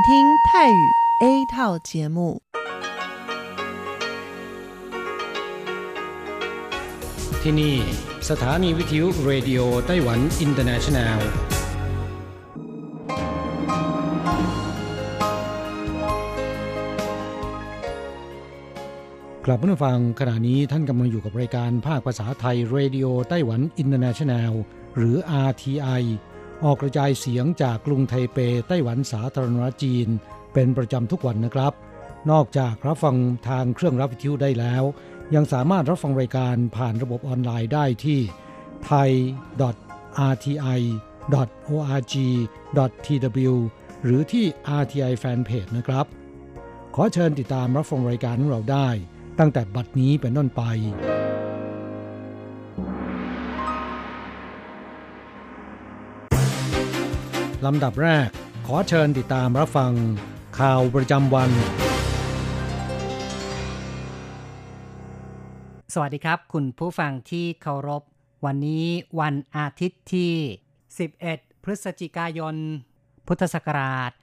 听泰语 A 套节目。 ที่นี่สถานีวิทยุเรดิโอไต้หวันอินเตอร์เนชั่นแนลกลับมาฟังขณะนี้ท่านกำลังอยู่กับรายการภาคภาษาไทยเรดิโอไต้หวันอินเตอร์เนชั่นแนลหรือ RTI ออกกระจายเสียงจากกรุงไทเปไต้หวันสาธารณรัฐจีนเป็นประจำทุกวันนะครับนอกจากรับฟังทางเครื่องรับวิทยุได้แล้วยังสามารถรับฟังรายการผ่านระบบออนไลน์ได้ที่ thai.rti.org.tw หรือที่ RTI Fanpage นะครับขอเชิญติดตามรับฟังรายการของเราได้ตั้งแต่บัดนี้เป็นต้นไปลำดับแรกขอเชิญติดตามรับฟังข่าวประจำวันสวัสดีครับคุณผู้ฟังที่เคารพวันนี้วันอาทิตย์ที่11พฤศจิกายนพุทธศักราช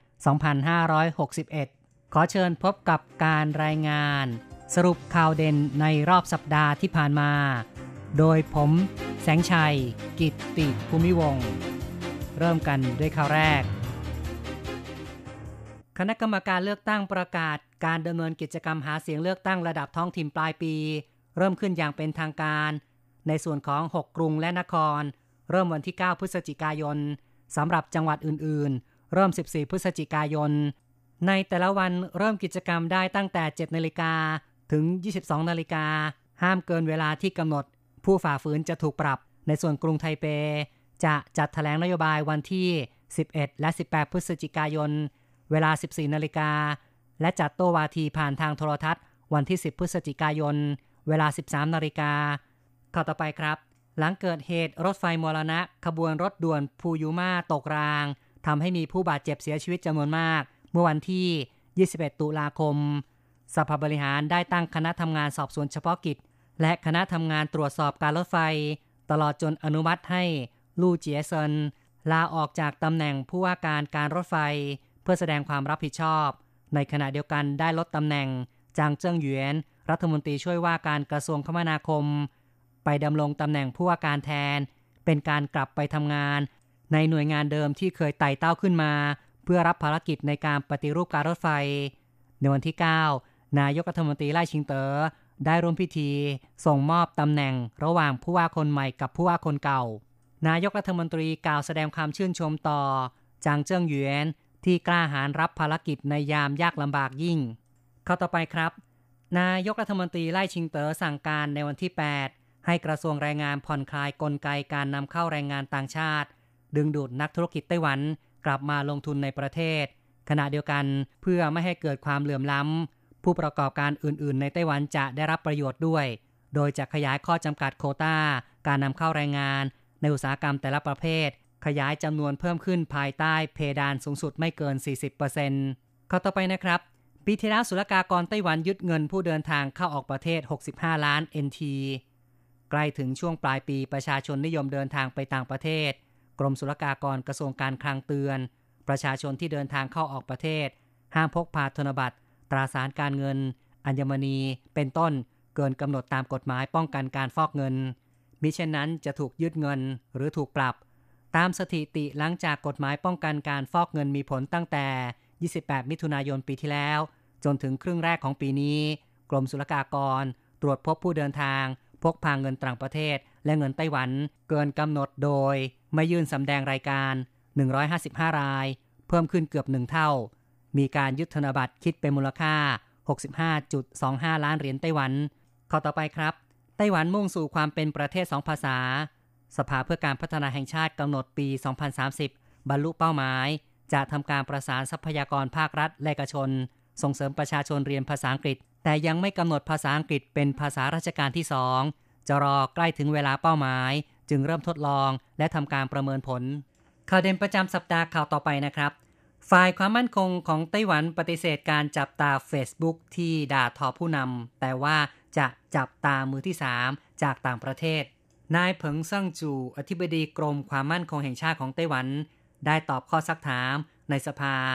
2561ขอเชิญพบกับการรายงานสรุปข่าวเด่นในรอบสัปดาห์ที่ผ่านมาโดยผมแสงชัยกิตติภูมิวงศ์เริ่มกันด้วยข่าวแรกคณะกรรมการเลือกตั้งประกาศการดำเนินกิจกรรมหาเสียงเลือกตั้งระดับท้องถิ่นปลายปีเริ่มขึ้นอย่างเป็นทางการในส่วนของ6กรุงและนครเริ่มวันที่9พฤศจิกายนสำหรับจังหวัดอื่นๆเริ่ม14พฤศจิกายนในแต่ละวันเริ่มกิจกรรมได้ตั้งแต่ 7:00 นถึง 22:00 นห้ามเกินเวลาที่กำหนดผู้ฝ่าฝืนจะถูกปรับในส่วนกรุงไทเปจะจัดแถลงนโยบายวันที่11และ18พฤศจิกายนเวลา 14:00 นและจัดโต้วาทีผ่านทางโทรทัศน์วันที่10พฤศจิกายนเวลา 13:00 นข่าวต่อไปครับหลังเกิดเหตุรถไฟมรณะขบวนรถด่วนฟูยุมาตกรางทำให้มีผู้บาดเจ็บเสียชีวิตจำนวนมากเมื่อวันที่21ตุลาคมสภาบริหารได้ตั้งคณะทำงานสอบสวนเฉพาะกิจและคณะทำงานตรวจสอบการรถไฟตลอดจนอนุมัติให้ลู่เจี๋ยเซินลาออกจากตำแหน่งผู้ว่าการการรถไฟเพื่อแสดงความรับผิดชอบในขณะเดียวกันได้ลดตำแหน่งจางเจิ้งหยวนรัฐมนตรีช่วยว่าการกระทรวงคมนาคมไปดำรงตำแหน่งผู้ว่าการแทนเป็นการกลับไปทำงานในหน่วยงานเดิมที่เคยไต่เต้าขึ้นมาเพื่อรับภารกิจในการปฏิรูปการรถไฟในวันที่9นายกรัฐมนตรีไล่ชิงเต๋อได้ร่วมพิธีส่งมอบตำแหน่งระหว่างผู้ว่าคนใหม่กับผู้ว่าคนเก่านายกรัฐมนตรีกล่าวแสดงความชื่นชมต่อจางเจิ้งหยวนที่กล้าหาญรับภารกิจในยามยากลำบากยิ่งข้อต่อไปครับนายกรัฐมนตรีไล่ชิงเต๋อสั่งการในวันที่8ให้กระทรวงแรงงานผ่อนคลายกลไกการนำเข้าแรงงานต่างชาติดึงดูดนักธุรกิจไต้หวันกลับมาลงทุนในประเทศขณะเดียวกันเพื่อไม่ให้เกิดความเหลื่อมล้ำผู้ประกอบการอื่นๆในไต้หวันจะได้รับประโยชน์ด้วยโดยจะขยายข้อจำกัดโควต้าการนำเข้าแรงงานในอุตสาหกรรมแต่ละประเภทขยายจำนวนเพิ่มขึ้นภายใต้เพดานสูงสุดไม่เกิน 40% ข้อต่อไปนะครับปีที่แล้วศุลกากรไต้หวันยึดเงินผู้เดินทางเข้าออกประเทศ65ล้าน NT ใกล้ถึงช่วงปลายปีประชาชนนิยมเดินทางไปต่างประเทศกรมศุลกากรกระทรวงการคลังเตือนประชาชนที่เดินทางเข้าออกประเทศห้ามพกพาธนบัตรตราสารการเงินอัญมณีเป็นต้นเกินกำหนดตามกฎหมายป้องกันการฟอกเงินมิเช่นนั้นจะถูกยึดเงินหรือถูกปรับตามสถิติหลังจากกฎหมายป้องกันการฟอกเงินมีผลตั้งแต่28มิถุนายนปีที่แล้วจนถึงครึ่งแรกของปีนี้กรมศุลกากรตรวจพบผู้เดินทางพกพาเงินต่างประเทศและเงินไต้หวันเกินกำหนดโดยไม่ยื่นสำแดงรายการ155รายเพิ่มขึ้นเกือบ1เท่ามีการยึดธนบัตรคิดเป็นมูลค่า 65.25 ล้านเหรียญไต้หวันข้อต่อไปครับไต้หวันมุ่งสู่ความเป็นประเทศ2ภาษาสภาเพื่อการพัฒนาแห่งชาติกำหนดปี 2030 บรรลุเป้าหมายจะทำการประสานทรัพยากรภาครัฐและเอกชนส่งเสริมประชาชนเรียนภาษาอังกฤษแต่ยังไม่กำหนดภาษาอังกฤษเป็นภาษาราชการที่2จะรอใกล้ถึงเวลาเป้าหมายจึงเริ่มทดลองและทำการประเมินผลข่าวเด่นประจำสัปดาห์ข่าวต่อไปนะครับฝ่ายความมั่นคงของไต้หวันปฏิเสธการจับตา Facebook ที่ด่าทอผู้นำแต่ว่าจะจับตามือที่3จากต่างประเทศนายเผิงเซิ่งจูอธิบดีกรมความมั่นคงแห่งชาติของไต้หวันได้ตอบข้อซักถามในสภา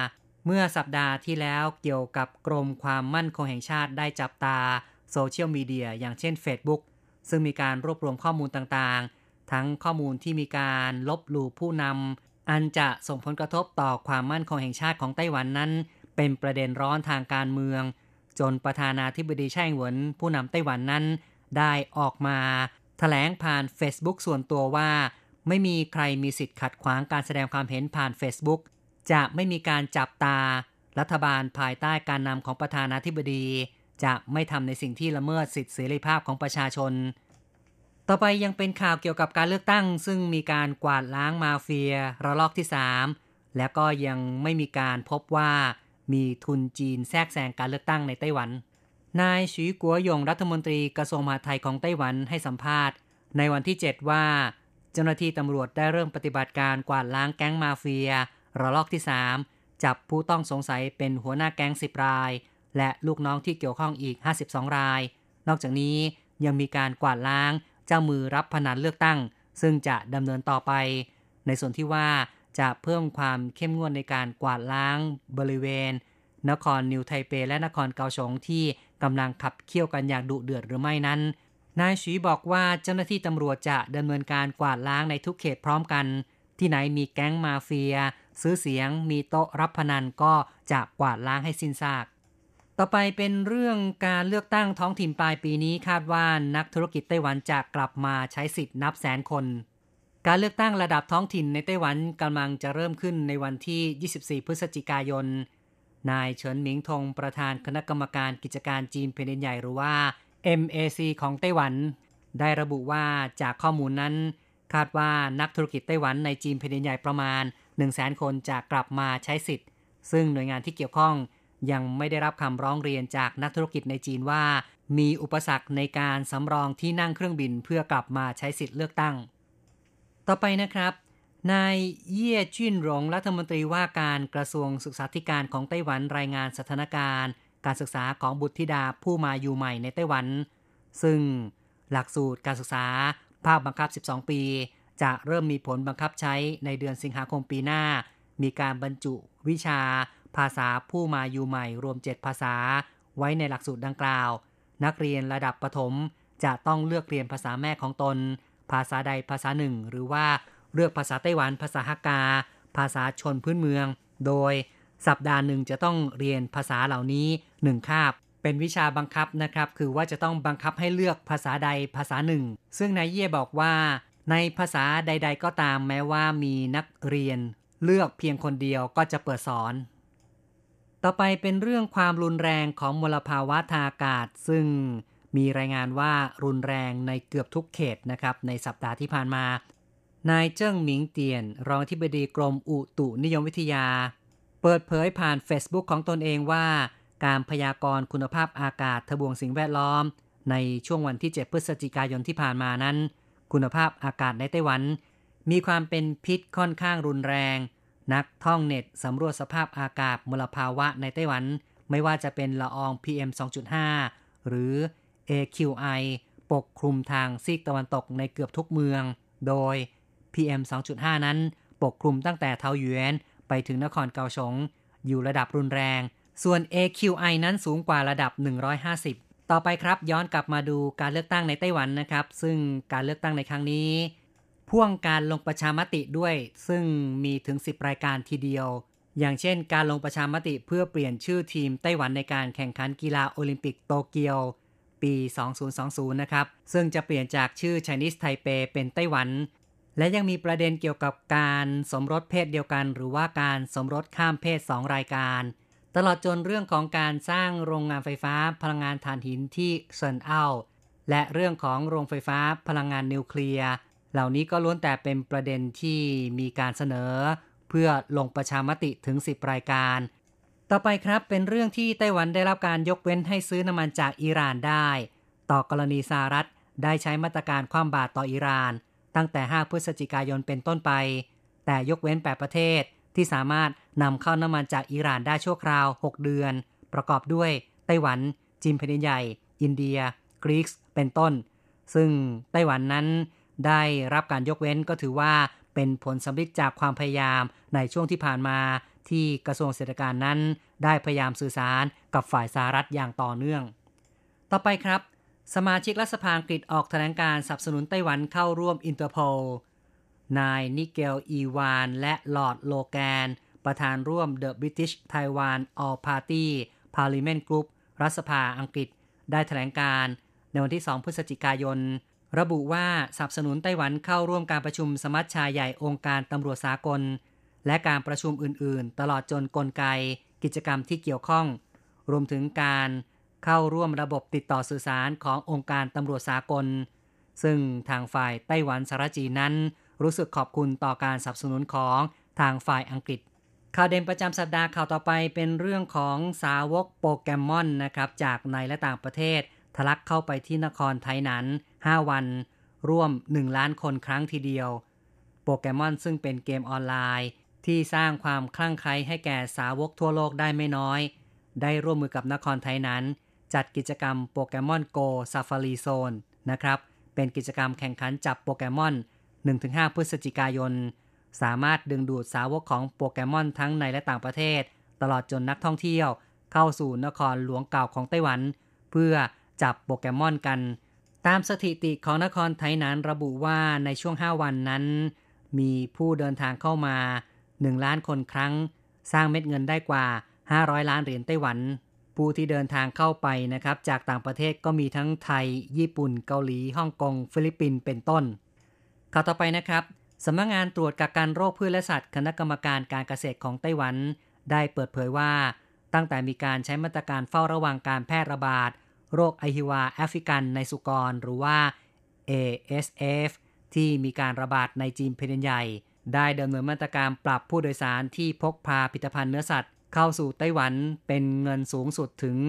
เมื่อสัปดาห์ที่แล้วเกี่ยวกับกรมความมั่นคงแห่งชาติได้จับตาโซเชียลมีเดียอย่างเช่น Facebook ซึ่งมีการรวบรวมข้อมูลต่างๆทั้งข้อมูลที่มีการลบหลู่ผู้นำอันจะส่งผลกระทบต่อความมั่นคงแห่งชาติของไต้หวันนั้นเป็นประเด็นร้อนทางการเมืองจนประธานาธิบดีไช่อิงเหวินผู้นำไต้หวันนั้นได้ออกมาแถลงผ่าน Facebook ส่วนตัวว่าไม่มีใครมีสิทธิ์ขัดขวางการแสดงความเห็นผ่าน Facebook จะไม่มีการจับตารัฐบาลภายใต้การนำของประธานาธิบดีจะไม่ทำในสิ่งที่ละเมิดสิทธิเสรีภาพของประชาชนต่อไปยังเป็นข่าวเกี่ยวกับการเลือกตั้งซึ่งมีการกวาดล้างมาเฟียระลอกที่3และก็ยังไม่มีการพบว่ามีทุนจีนแทรกแซงการเลือกตั้งในไต้หวันนายฉีกัวหยงรัฐมนตรีกระทรวงมหาดไทยของไต้หวันให้สัมภาษณ์ในวันที่7ว่าเจ้าหน้าที่ตำรวจได้เริ่มปฏิบัติการกวาดล้างแก๊งมาเฟียระลอกที่3จับผู้ต้องสงสัยเป็นหัวหน้าแก๊ง10รายและลูกน้องที่เกี่ยวข้องอีก52รายนอกจากนี้ยังมีการกวาดล้างเจ้ามือรับพนันเลือกตั้งซึ่งจะดำเนินต่อไปในส่วนที่ว่าจะเพิ่มความเข้มงวดในการกวาดล้างบริเวณนครนิวไทเปและนครเกาสงที่กำลังขับเคี่ยวกันอย่างดุเดือดหรือไม่นั้นนายฉีบอกว่าเจ้าหน้าที่ตำรวจจะดำเนินการกวาดล้างในทุกเขตพร้อมกันที่ไหนมีแก๊งมาเฟียซื้อเสียงมีโต๊ะรับพนันก็จะกวาดล้างให้สิ้นซากต่อไปเป็นเรื่องการเลือกตั้งท้องถิ่นปลายปีนี้คาดว่านักธุรกิจไต้หวันจะกลับมาใช้สิทธิ์นับแสนคนการเลือกตั้งระดับท้องถิ่นในไต้หวันกำลังจะเริ่มขึ้นในวันที่24พฤศจิกายนนายเฉินหมิงทงประธานคณะกรรมการกิจการจีนแผ่นดินใหญ่หรือว่า MAC ของไต้หวันได้ระบุว่าจากข้อมูลนั้นคาดว่านักธุรกิจไต้หวันในจีนแผ่นดินใหญ่ประมาณ 100,000 คนจะกลับมาใช้สิทธิ์ซึ่งหน่วยงานที่เกี่ยวข้องยังไม่ได้รับคำร้องเรียนจากนักธุรกิจในจีนว่ามีอุปสรรคในการสำรองที่นั่งเครื่องบินเพื่อกลับมาใช้สิทธิ์เลือกตั้งต่อไปนะครับนายเย่จิ้นหลงรัฐมนตรีว่าการกระทรวงศึกษาธิการของไต้หวันรายงานสถานการณ์การศึกษาของบุตรธิดาผู้มาอยู่ใหม่ในไต้หวันซึ่งหลักสูตรการศึกษาภาคบังคับ12ปีจะเริ่มมีผลบังคับใช้ในเดือนสิงหาคมปีหน้ามีการบรรจุวิชาภาษาผู้มาอยู่ใหม่รวม7ภาษาไว้ในหลักสูตรดังกล่าวนักเรียนระดับประถมจะต้องเลือกเรียนภาษาแม่ของตนภาษาใดภาษาหนึ่งหรือว่าเลือกภาษาไต้หวันภาษาฮักกาภาษาชนพื้นเมืองโดยสัปดาห์หนึ่งจะต้องเรียนภาษาเหล่านี้1คาบเป็นวิชาบังคับนะครับคือว่าจะต้องบังคับให้เลือกภาษาใดภาษาหนึ่งซึ่งนายเย่บอกว่าในภาษาใดๆก็ตามแม้ว่ามีนักเรียนเลือกเพียงคนเดียวก็จะเปิดสอนต่อไปเป็นเรื่องความรุนแรงของมลภาวะทางอากาศซึ่งมีรายงานว่ารุนแรงในเกือบทุกเขตนะครับในสัปดาห์ที่ผ่านมานายเจิ้งหมิงเตียนรองอธิบดีกรมอุตุนิยมวิทยาเปิดเผยผ่าน Facebook ของตนเองว่าการพยากรณ์คุณภาพอากาศทบวงสิ่งแวดล้อมในช่วงวันที่7พฤศจิกายนที่ผ่านมานั้นคุณภาพอากาศในไต้หวันมีความเป็นพิษค่อนข้างรุนแรงนักท่องเน็ตสำรวจสภาพอากาศมลภาวะในไต้หวันไม่ว่าจะเป็นละออง PM 2.5 หรือ AQI ปกคลุมทางซีกตะวันตกในเกือบทุกเมืองโดย PM 2.5 นั้นปกคลุมตั้งแต่เทาหยวนไปถึงนครเกาสงอยู่ระดับรุนแรงส่วน AQI นั้นสูงกว่าระดับ150ต่อไปครับย้อนกลับมาดูการเลือกตั้งในไต้หวันนะครับซึ่งการเลือกตั้งในครั้งนี้พ่วงการลงประชามติด้วยซึ่งมีถึง10รายการทีเดียวอย่างเช่นการลงประชามติเพื่อเปลี่ยนชื่อทีมไต้หวันในการแข่งขันกีฬาโอลิมปิกโตเกียวปี2020นะครับซึ่งจะเปลี่ยนจากชื่อ Chinese Taipei เป็นไต้หวันและยังมีประเด็นเกี่ยวกับการสมรสเพศเดียวกันหรือว่าการสมรสข้ามเพศ2รายการตลอดจนเรื่องของการสร้างโรงงานไฟฟ้าพลังงานถ่านหินที่เซินเอ้าและเรื่องของโรงไฟฟ้าพลังงานนิวเคลียร์เหล่านี้ก็ล้วนแต่เป็นประเด็นที่มีการเสนอเพื่อลงประชามติถึง10รายการต่อไปครับเป็นเรื่องที่ไต้หวันได้รับการยกเว้นให้ซื้อน้ำมันจากอิหร่านได้ต่อกรณีสหรัฐได้ใช้มาตรการคว่ำบาตรต่ออิหร่านตั้งแต่5พฤศจิกายนเป็นต้นไปแต่ยกเว้น8ประเทศที่สามารถนำเข้าน้ำมันจากอิหร่านได้ชั่วคราว6เดือนประกอบด้วยไต้หวันจีนแผ่นดินใหญ่อินเดียกรีซเป็นต้นซึ่งไต้หวันนั้นได้รับการยกเว้นก็ถือว่าเป็นผลสำลิดจากความพยายามในช่วงที่ผ่านมาที่กระทรวงเศรษฐกิจนั้นได้พยายามสื่อสารกับฝ่ายสหรัฐอย่างต่อเนื่องต่อไปครับสมาชิกรัฐสภาอังกฤษออกแถลงการสนับสนุนไต้หวันเข้าร่วมอินเตอร์โพลนายนิเกลอีวานและลอร์ดโลแกนประธานร่วม The British Taiwan All Party Parliament Group รัฐสภาอังกฤษได้แถลงการในวันที่ 2 พฤศจิกายนระบุว่าสนับสนุนไต้หวันเข้าร่วมการประชุมสมัชชาใหญ่องค์การตำรวจสากลและการประชุมอื่นๆตลอดจนกลไกกิจกรรมที่เกี่ยวข้องรวมถึงการเข้าร่วมระบบติดต่อสื่อสารขององค์การตำรวจสากลซึ่งทางฝ่ายไต้หวันสาธารณจีนนั้นรู้สึกขอบคุณต่อการสนับสนุนของทางฝ่ายอังกฤษข่าวเด่นประจำสัปดาห์ข่าวต่อไปเป็นเรื่องของสาวกโปเกมอนนะครับจากในและต่างประเทศทะลักเข้าไปที่นครไทหนาน5วันร่วม1ล้านคนครั้งทีเดียวโปเกมอนซึ่งเป็นเกมออนไลน์ที่สร้างความคลั่งไคล้ให้แก่สาวกทั่วโลกได้ไม่น้อยได้ร่วมมือกับนครไทหนานจัดกิจกรรมโปเกมอนโกซาฟารีโซนนะครับเป็นกิจกรรมแข่งขันจับโปเกมอน 1-5 พฤศจิกายนสามารถดึงดูดสาวกของโปเกมอนทั้งในและต่างประเทศตลอดจนนักท่องเที่ยวเข้าสู่นครหลวงเก่าของไต้หวันเพื่อจับโปเกมอนกันตามสถิติของนครไทหนานระบุว่าในช่วง5วันนั้นมีผู้เดินทางเข้ามา1ล้านคนครั้งสร้างเม็ดเงินได้กว่า500ล้านเหรียญไต้หวันผู้ที่เดินทางเข้าไปนะครับจากต่างประเทศก็มีทั้งไทยญี่ปุ่นเกาหลีฮ่องกงฟิลิปปินส์เป็นต้นข่าวต่อไปนะครับสำนักงานตรวจกักกันโรคพืชและสัตว์คณะกรรมการการเกษตรของไต้หวันได้เปิดเผยว่าตั้งแต่มีการใช้มาตรการเฝ้าระวังการแพร่ระบาดโรคไอฮิวาแอฟริกันในสุกรหรือว่า ASF ที่มีการระบาดในจีนแผ่นใหญ่ได้ดำเนินมาตรการปรับผู้โดยสารที่พกพาผลิตภัณฑ์เนื้อสัตว์เข้าสู่ไต้หวันเป็นเงินสูงสุดถึง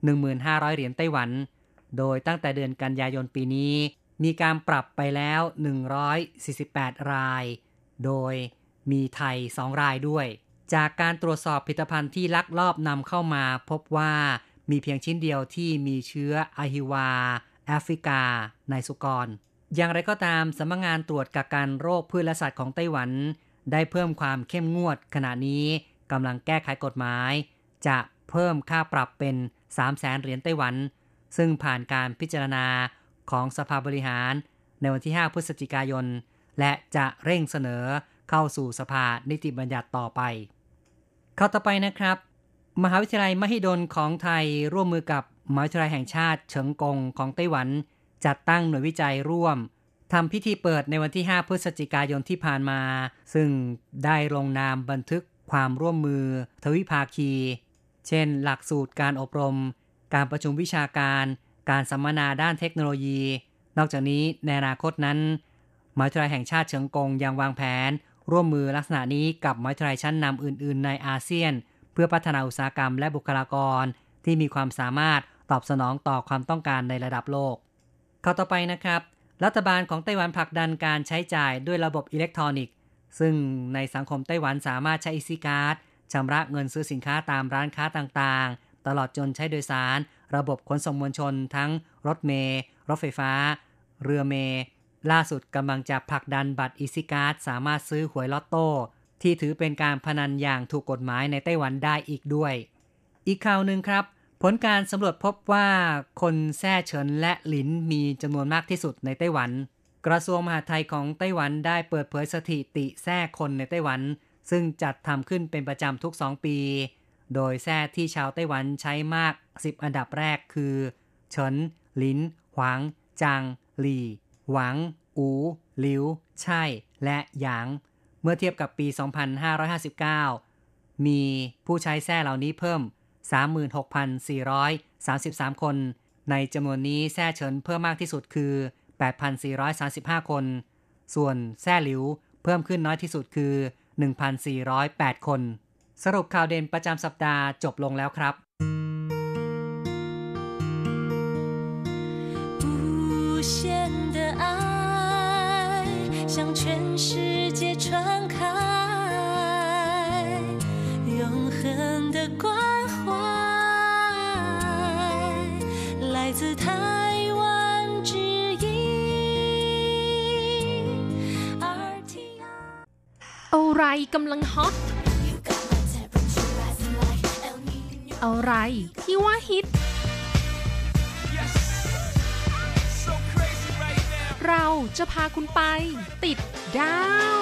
1,500 เหรียญไต้หวันโดยตั้งแต่เดือนกันยายนปีนี้มีการปรับไปแล้ว148รายโดยมีไทย2รายด้วยจากการตรวจสอบผลิตภัณฑ์ที่ลักลอบนำเข้ามาพบว่ามีเพียงชิ้นเดียวที่มีเชื้ออะฮิวาแอฟริกาในสุกรอย่างไรก็ตามสำนักงานตรวจกักกันโรคพืชและสัตว์ของไต้หวันได้เพิ่มความเข้มงวดขณะนี้กำลังแก้ไขกฎหมายจะเพิ่มค่าปรับเป็น 300,000 เหรียญไต้หวันซึ่งผ่านการพิจารณาของสภาบริหารในวันที่5พฤศจิกายนและจะเร่งเสนอเข้าสู่สภานิติบัญญัติต่อไปข้อต่อไปนะครับมหาวิทยาลัยมหิดลของไทยร่วมมือกับมหาวิทยาลัยแห่งชาติเฉิงกงของไต้หวันจัดตั้งหน่วยวิจัยร่วมทำพิธีเปิดในวันที่5พฤศจิกายนที่ผ่านมาซึ่งได้ลงนามบันทึกความร่วมมือทวิภาคีเช่นหลักสูตรการอบรมการประชุมวิชาการการสัมมนาด้านเทคโนโลยีนอกจากนี้ในอนาคตนั้นมหาวิทยาลัยแห่งชาติเฉิงกงยังวางแผนร่วมมือลักษณะนี้กับมหาวิทยาลัยชั้นนำอื่นๆในอาเซียนเพื่อพัฒนาอุตสาหกรรมและบุคลากรที่มีความสามารถตอบสนองต่อความต้องการในระดับโลกข้อต่อไปนะครับรัฐบาลของไต้หวันผลักดันการใช้จ่ายด้วยระบบอิเล็กทรอนิกส์ซึ่งในสังคมไต้หวันสามารถใช้อีซี่การ์ดชำระเงินซื้อสินค้าตามร้านค้าต่างๆตลอดจนใช้โดยสารระบบขนส่งมวลชนทั้งรถเมล์รถไฟฟ้าเรือเมล์ล่าสุดกำลังจะผลักดันบัตรอีซี่การ์ดสามารถซื้อหวยลอตโต้ที่ถือเป็นการพนันอย่างถูกกฎหมายในไต้หวันได้อีกด้วยอีกข่าวนึงครับผลการสำรวจพบว่าคนแซ่เฉินและหลินมีจำนวนมากที่สุดในไต้หวันกระทรวงมหาดไทยของไต้หวันได้เปิดเผยสถิติแซ่คนในไต้หวันซึ่งจัดทำขึ้นเป็นประจำทุก2ปีโดยแซ่ที่ชาวไต้หวันใช้มาก10อันดับแรกคือเฉินหลินหวางจางหลี่หวังอูหลิวไช่และหยางเมื่อเทียบกับปี 2559 มีผู้ใช้แซ่เหล่านี้เพิ่ม 36,433 คนในจำนวนนี้แซ่เฉินเพิ่มมากที่สุดคือ 8,435 คนส่วนแซ่หลิวเพิ่มขึ้นน้อยที่สุดคือ 1,408 คนสรุปข่าวเด่นประจำสัปดาห์จบลงแล้วครับ向全世界传开永恒的关怀来自台湾之音 RTI อะไรกำลังฮอตอะไรที่ว่าฮิตเราจะพาคุณไปติดดาว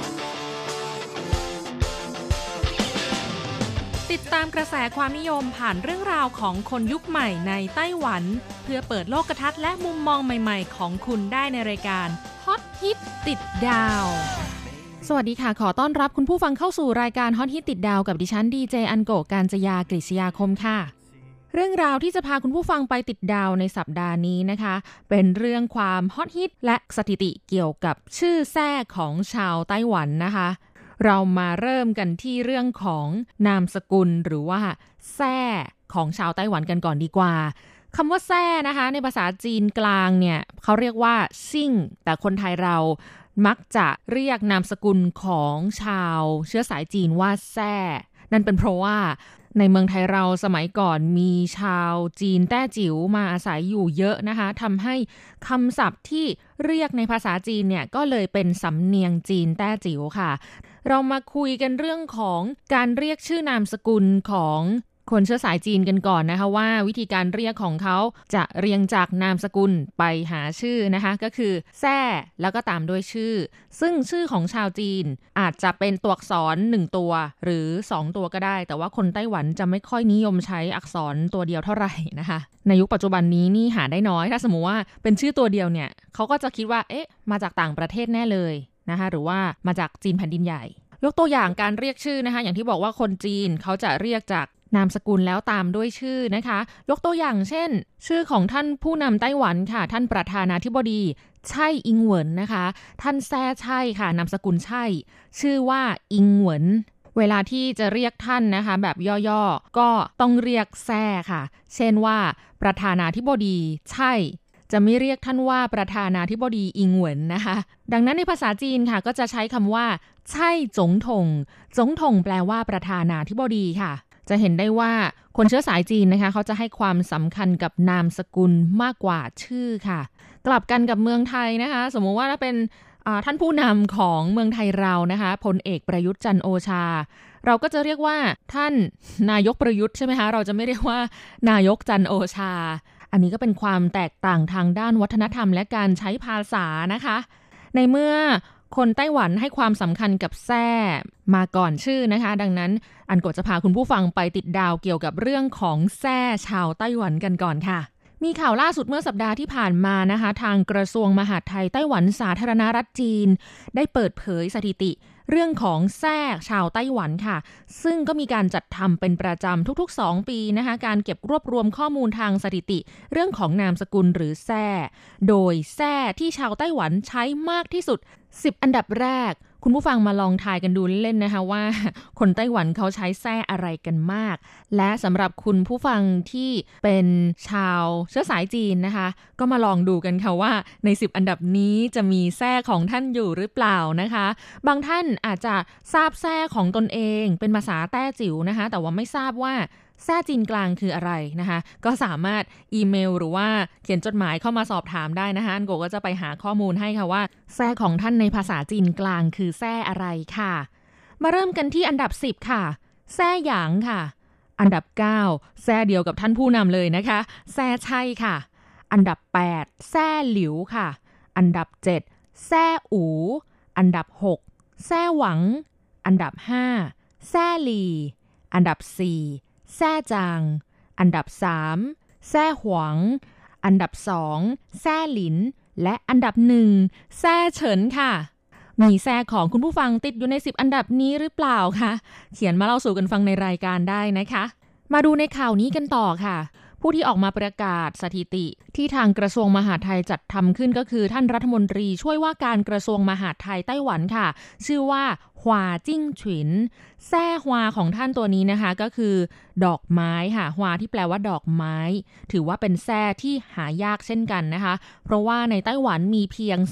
ติดตามกระแสความนิยมผ่านเรื่องราวของคนยุคใหม่ในไต้หวันเพื่อเปิดโลกทัศน์และมุมมองใหม่ๆของคุณได้ในรายการฮอตฮิตติดดาวสวัสดีค่ะขอต้อนรับคุณผู้ฟังเข้าสู่รายการฮอตฮิตติดดาวกับดิฉันดีเจอันโกะกาญจยากฤษยาคมค่ะเรื่องราวที่จะพาคุณผู้ฟังไปติดดาวในสัปดาห์นี้นะคะเป็นเรื่องความฮอตฮิตและสถิติเกี่ยวกับชื่อแทร่ของชาวไต้หวันนะคะเรามาเริ่มกันที่เรื่องของนามสกุลหรือว่าแทร่ของชาวไต้หวันกันก่อนดีกว่าคำว่าแทร่นะคะในภาษาจีนกลางเนี่ยเขาเรียกว่าซิ่งแต่คนไทยเรามักจะเรียกนามสกุลของชาวเชื้อสายจีนว่าแทร่นั่นเป็นเพราะว่าในเมืองไทยเราสมัยก่อนมีชาวจีนแต้จิ๋วมาอาศัยอยู่เยอะนะคะทำให้คำศัพท์ที่เรียกในภาษาจีนเนี่ยก็เลยเป็นสำเนียงจีนแต้จิ๋วค่ะเรามาคุยกันเรื่องของการเรียกชื่อนามสกุลของคนเชื้อสายจีนกันก่อนนะคะว่าวิธีการเรียกของเขาจะเรียงจากนามสกุลไปหาชื่อนะคะก็คือแซ่แล้วก็ตามด้วยชื่อซึ่งชื่อของชาวจีนอาจจะเป็นตัวอักษร1ตัวหรือ2ตัวก็ได้แต่ว่าคนไต้หวันจะไม่ค่อยนิยมใช้อักษรตัวเดียวเท่าไหร่นะคะในยุคปัจจุบันนี้นี่หาได้น้อยถ้าสมมุติว่าเป็นชื่อตัวเดียวเนี่ยเขาก็จะคิดว่าเอ๊ะมาจากต่างประเทศแน่เลยนะคะหรือว่ามาจากจีนแผ่นดินใหญ่ยกตัวอย่างการเรียกชื่อนะคะอย่างที่บอกว่าคนจีนเขาจะเรียกจากนามสกุลแล้วตามด้วยชื่อนะคะยกตัวอย่างเช่นชื่อของท่านผู้นำไต้หวันค่ะท่านประธานาธิบดีไช่อิงเหวินนะคะท่านแซ่ไช่ค่ะนามสกุลไช่ชื่อว่าอิงเหวินเวลาที่จะเรียกท่านนะคะแบบย่อๆก็ต้องเรียกแซ่ค่ะเช่นว่าประธานาธิบดีไช่จะไม่เรียกท่านว่าประธานาธิบดีอิงเหวินนะคะดังนั้นในภาษาจีนค่ะก็จะใช้คำว่าไช่จงถงจงถงแปลว่าประธานาธิบดีค่ะจะเห็นได้ว่าคนเชื้อสายจีนนะคะเขาจะให้ความสำคัญกับนามสกุลมากกว่าชื่อค่ะกลับกันกับเมืองไทยนะคะสมมติว่าถ้าเป็นท่านผู้นำของเมืองไทยเรานะคะพลเอกประยุทธ์จันทร์โอชาเราก็จะเรียกว่าท่านนายกประยุทธ์ใช่ไหมคะเราจะไม่เรียกว่านายกจันทร์โอชาอันนี้ก็เป็นความแตกต่างทางด้านวัฒนธรรมและการใช้ภาษานะคะในเมื่อคนไต้หวันให้ความสำคัญกับแซ่มาก่อนชื่อนะคะดังนั้นอันโกะจะพาคุณผู้ฟังไปติดดาวเกี่ยวกับเรื่องของแซ่ชาวไต้หวันกันก่อนค่ะมีข่าวล่าสุดเมื่อสัปดาห์ที่ผ่านมานะคะทางกระทรวงมหาดไทยไต้หวันสาธารณรัฐจีนได้เปิดเผยสถิติเรื่องของแซ่ชาวไต้หวันค่ะซึ่งก็มีการจัดทำเป็นประจำทุกๆ2ปีนะคะการเก็บรวบรวมข้อมูลทางสถิติเรื่องของนามสกุลหรือแซ่โดยแซ่ที่ชาวไต้หวันใช้มากที่สุด10อันดับแรกคุณผู้ฟังมาลองทายกันดูเล่นๆนะคะว่าคนไต้หวันเขาใช้แซ่อะไรกันมากและสำหรับคุณผู้ฟังที่เป็นชาวเชื้อสายจีนนะคะก็มาลองดูกันค่ะว่าใน10อันดับนี้จะมีแซ่ของท่านอยู่หรือเปล่านะคะบางท่านอาจจะทราบแซ่ของตนเองเป็นภาษาแต้จิ๋วนะคะแต่ว่าไม่ทราบว่าแซ่จีนกลางคืออะไรนะคะก็สามารถอีเมลหรือว่าเขียนจดหมายเข้ามาสอบถามได้นะคะอันโกก็จะไปหาข้อมูลให้ค่ะว่าแซ่ของท่านในภาษาจีนกลางคือแซ่อะไรค่ะมาเริ่มกันที่อันดับ10ค่ะแซ่หยางค่ะอันดับ9แซ่เดียวกับท่านผู้นำเลยนะคะแซ่ไช่ค่ะอันดับ8แซ่หลิวค่ะอันดับ7แซ่อู๋อันดับ6แซ่หวังอันดับ5แซ่หลีอันดับ4แซ่จางอันดับ3แซ่หวงอันดับ2แซ่หลินและอันดับ1แซ่เฉินค่ะมีแซ่ของคุณผู้ฟังติดอยู่ใน10อันดับนี้หรือเปล่าคะเขียนมาเล่าสู่กันฟังในรายการได้นะคะมาดูในข่าวนี้กันต่อค่ะผู้ที่ออกมาประกาศสถิติที่ทางกระทรวงมหาดไทยจัดทำขึ้นก็คือท่านรัฐมนตรีช่วยว่าการกระทรวงมหาดไทยไต้หวันค่ะชื่อว่าฮวาจิ้งฉินแซ่ฮวาของท่านตัวนี้นะคะก็คือดอกไม้ค่ะฮวาที่แปลว่าดอกไม้ถือว่าเป็นแซ่ที่หายากเช่นกันนะคะเพราะว่าในไต้หวันมีเพียง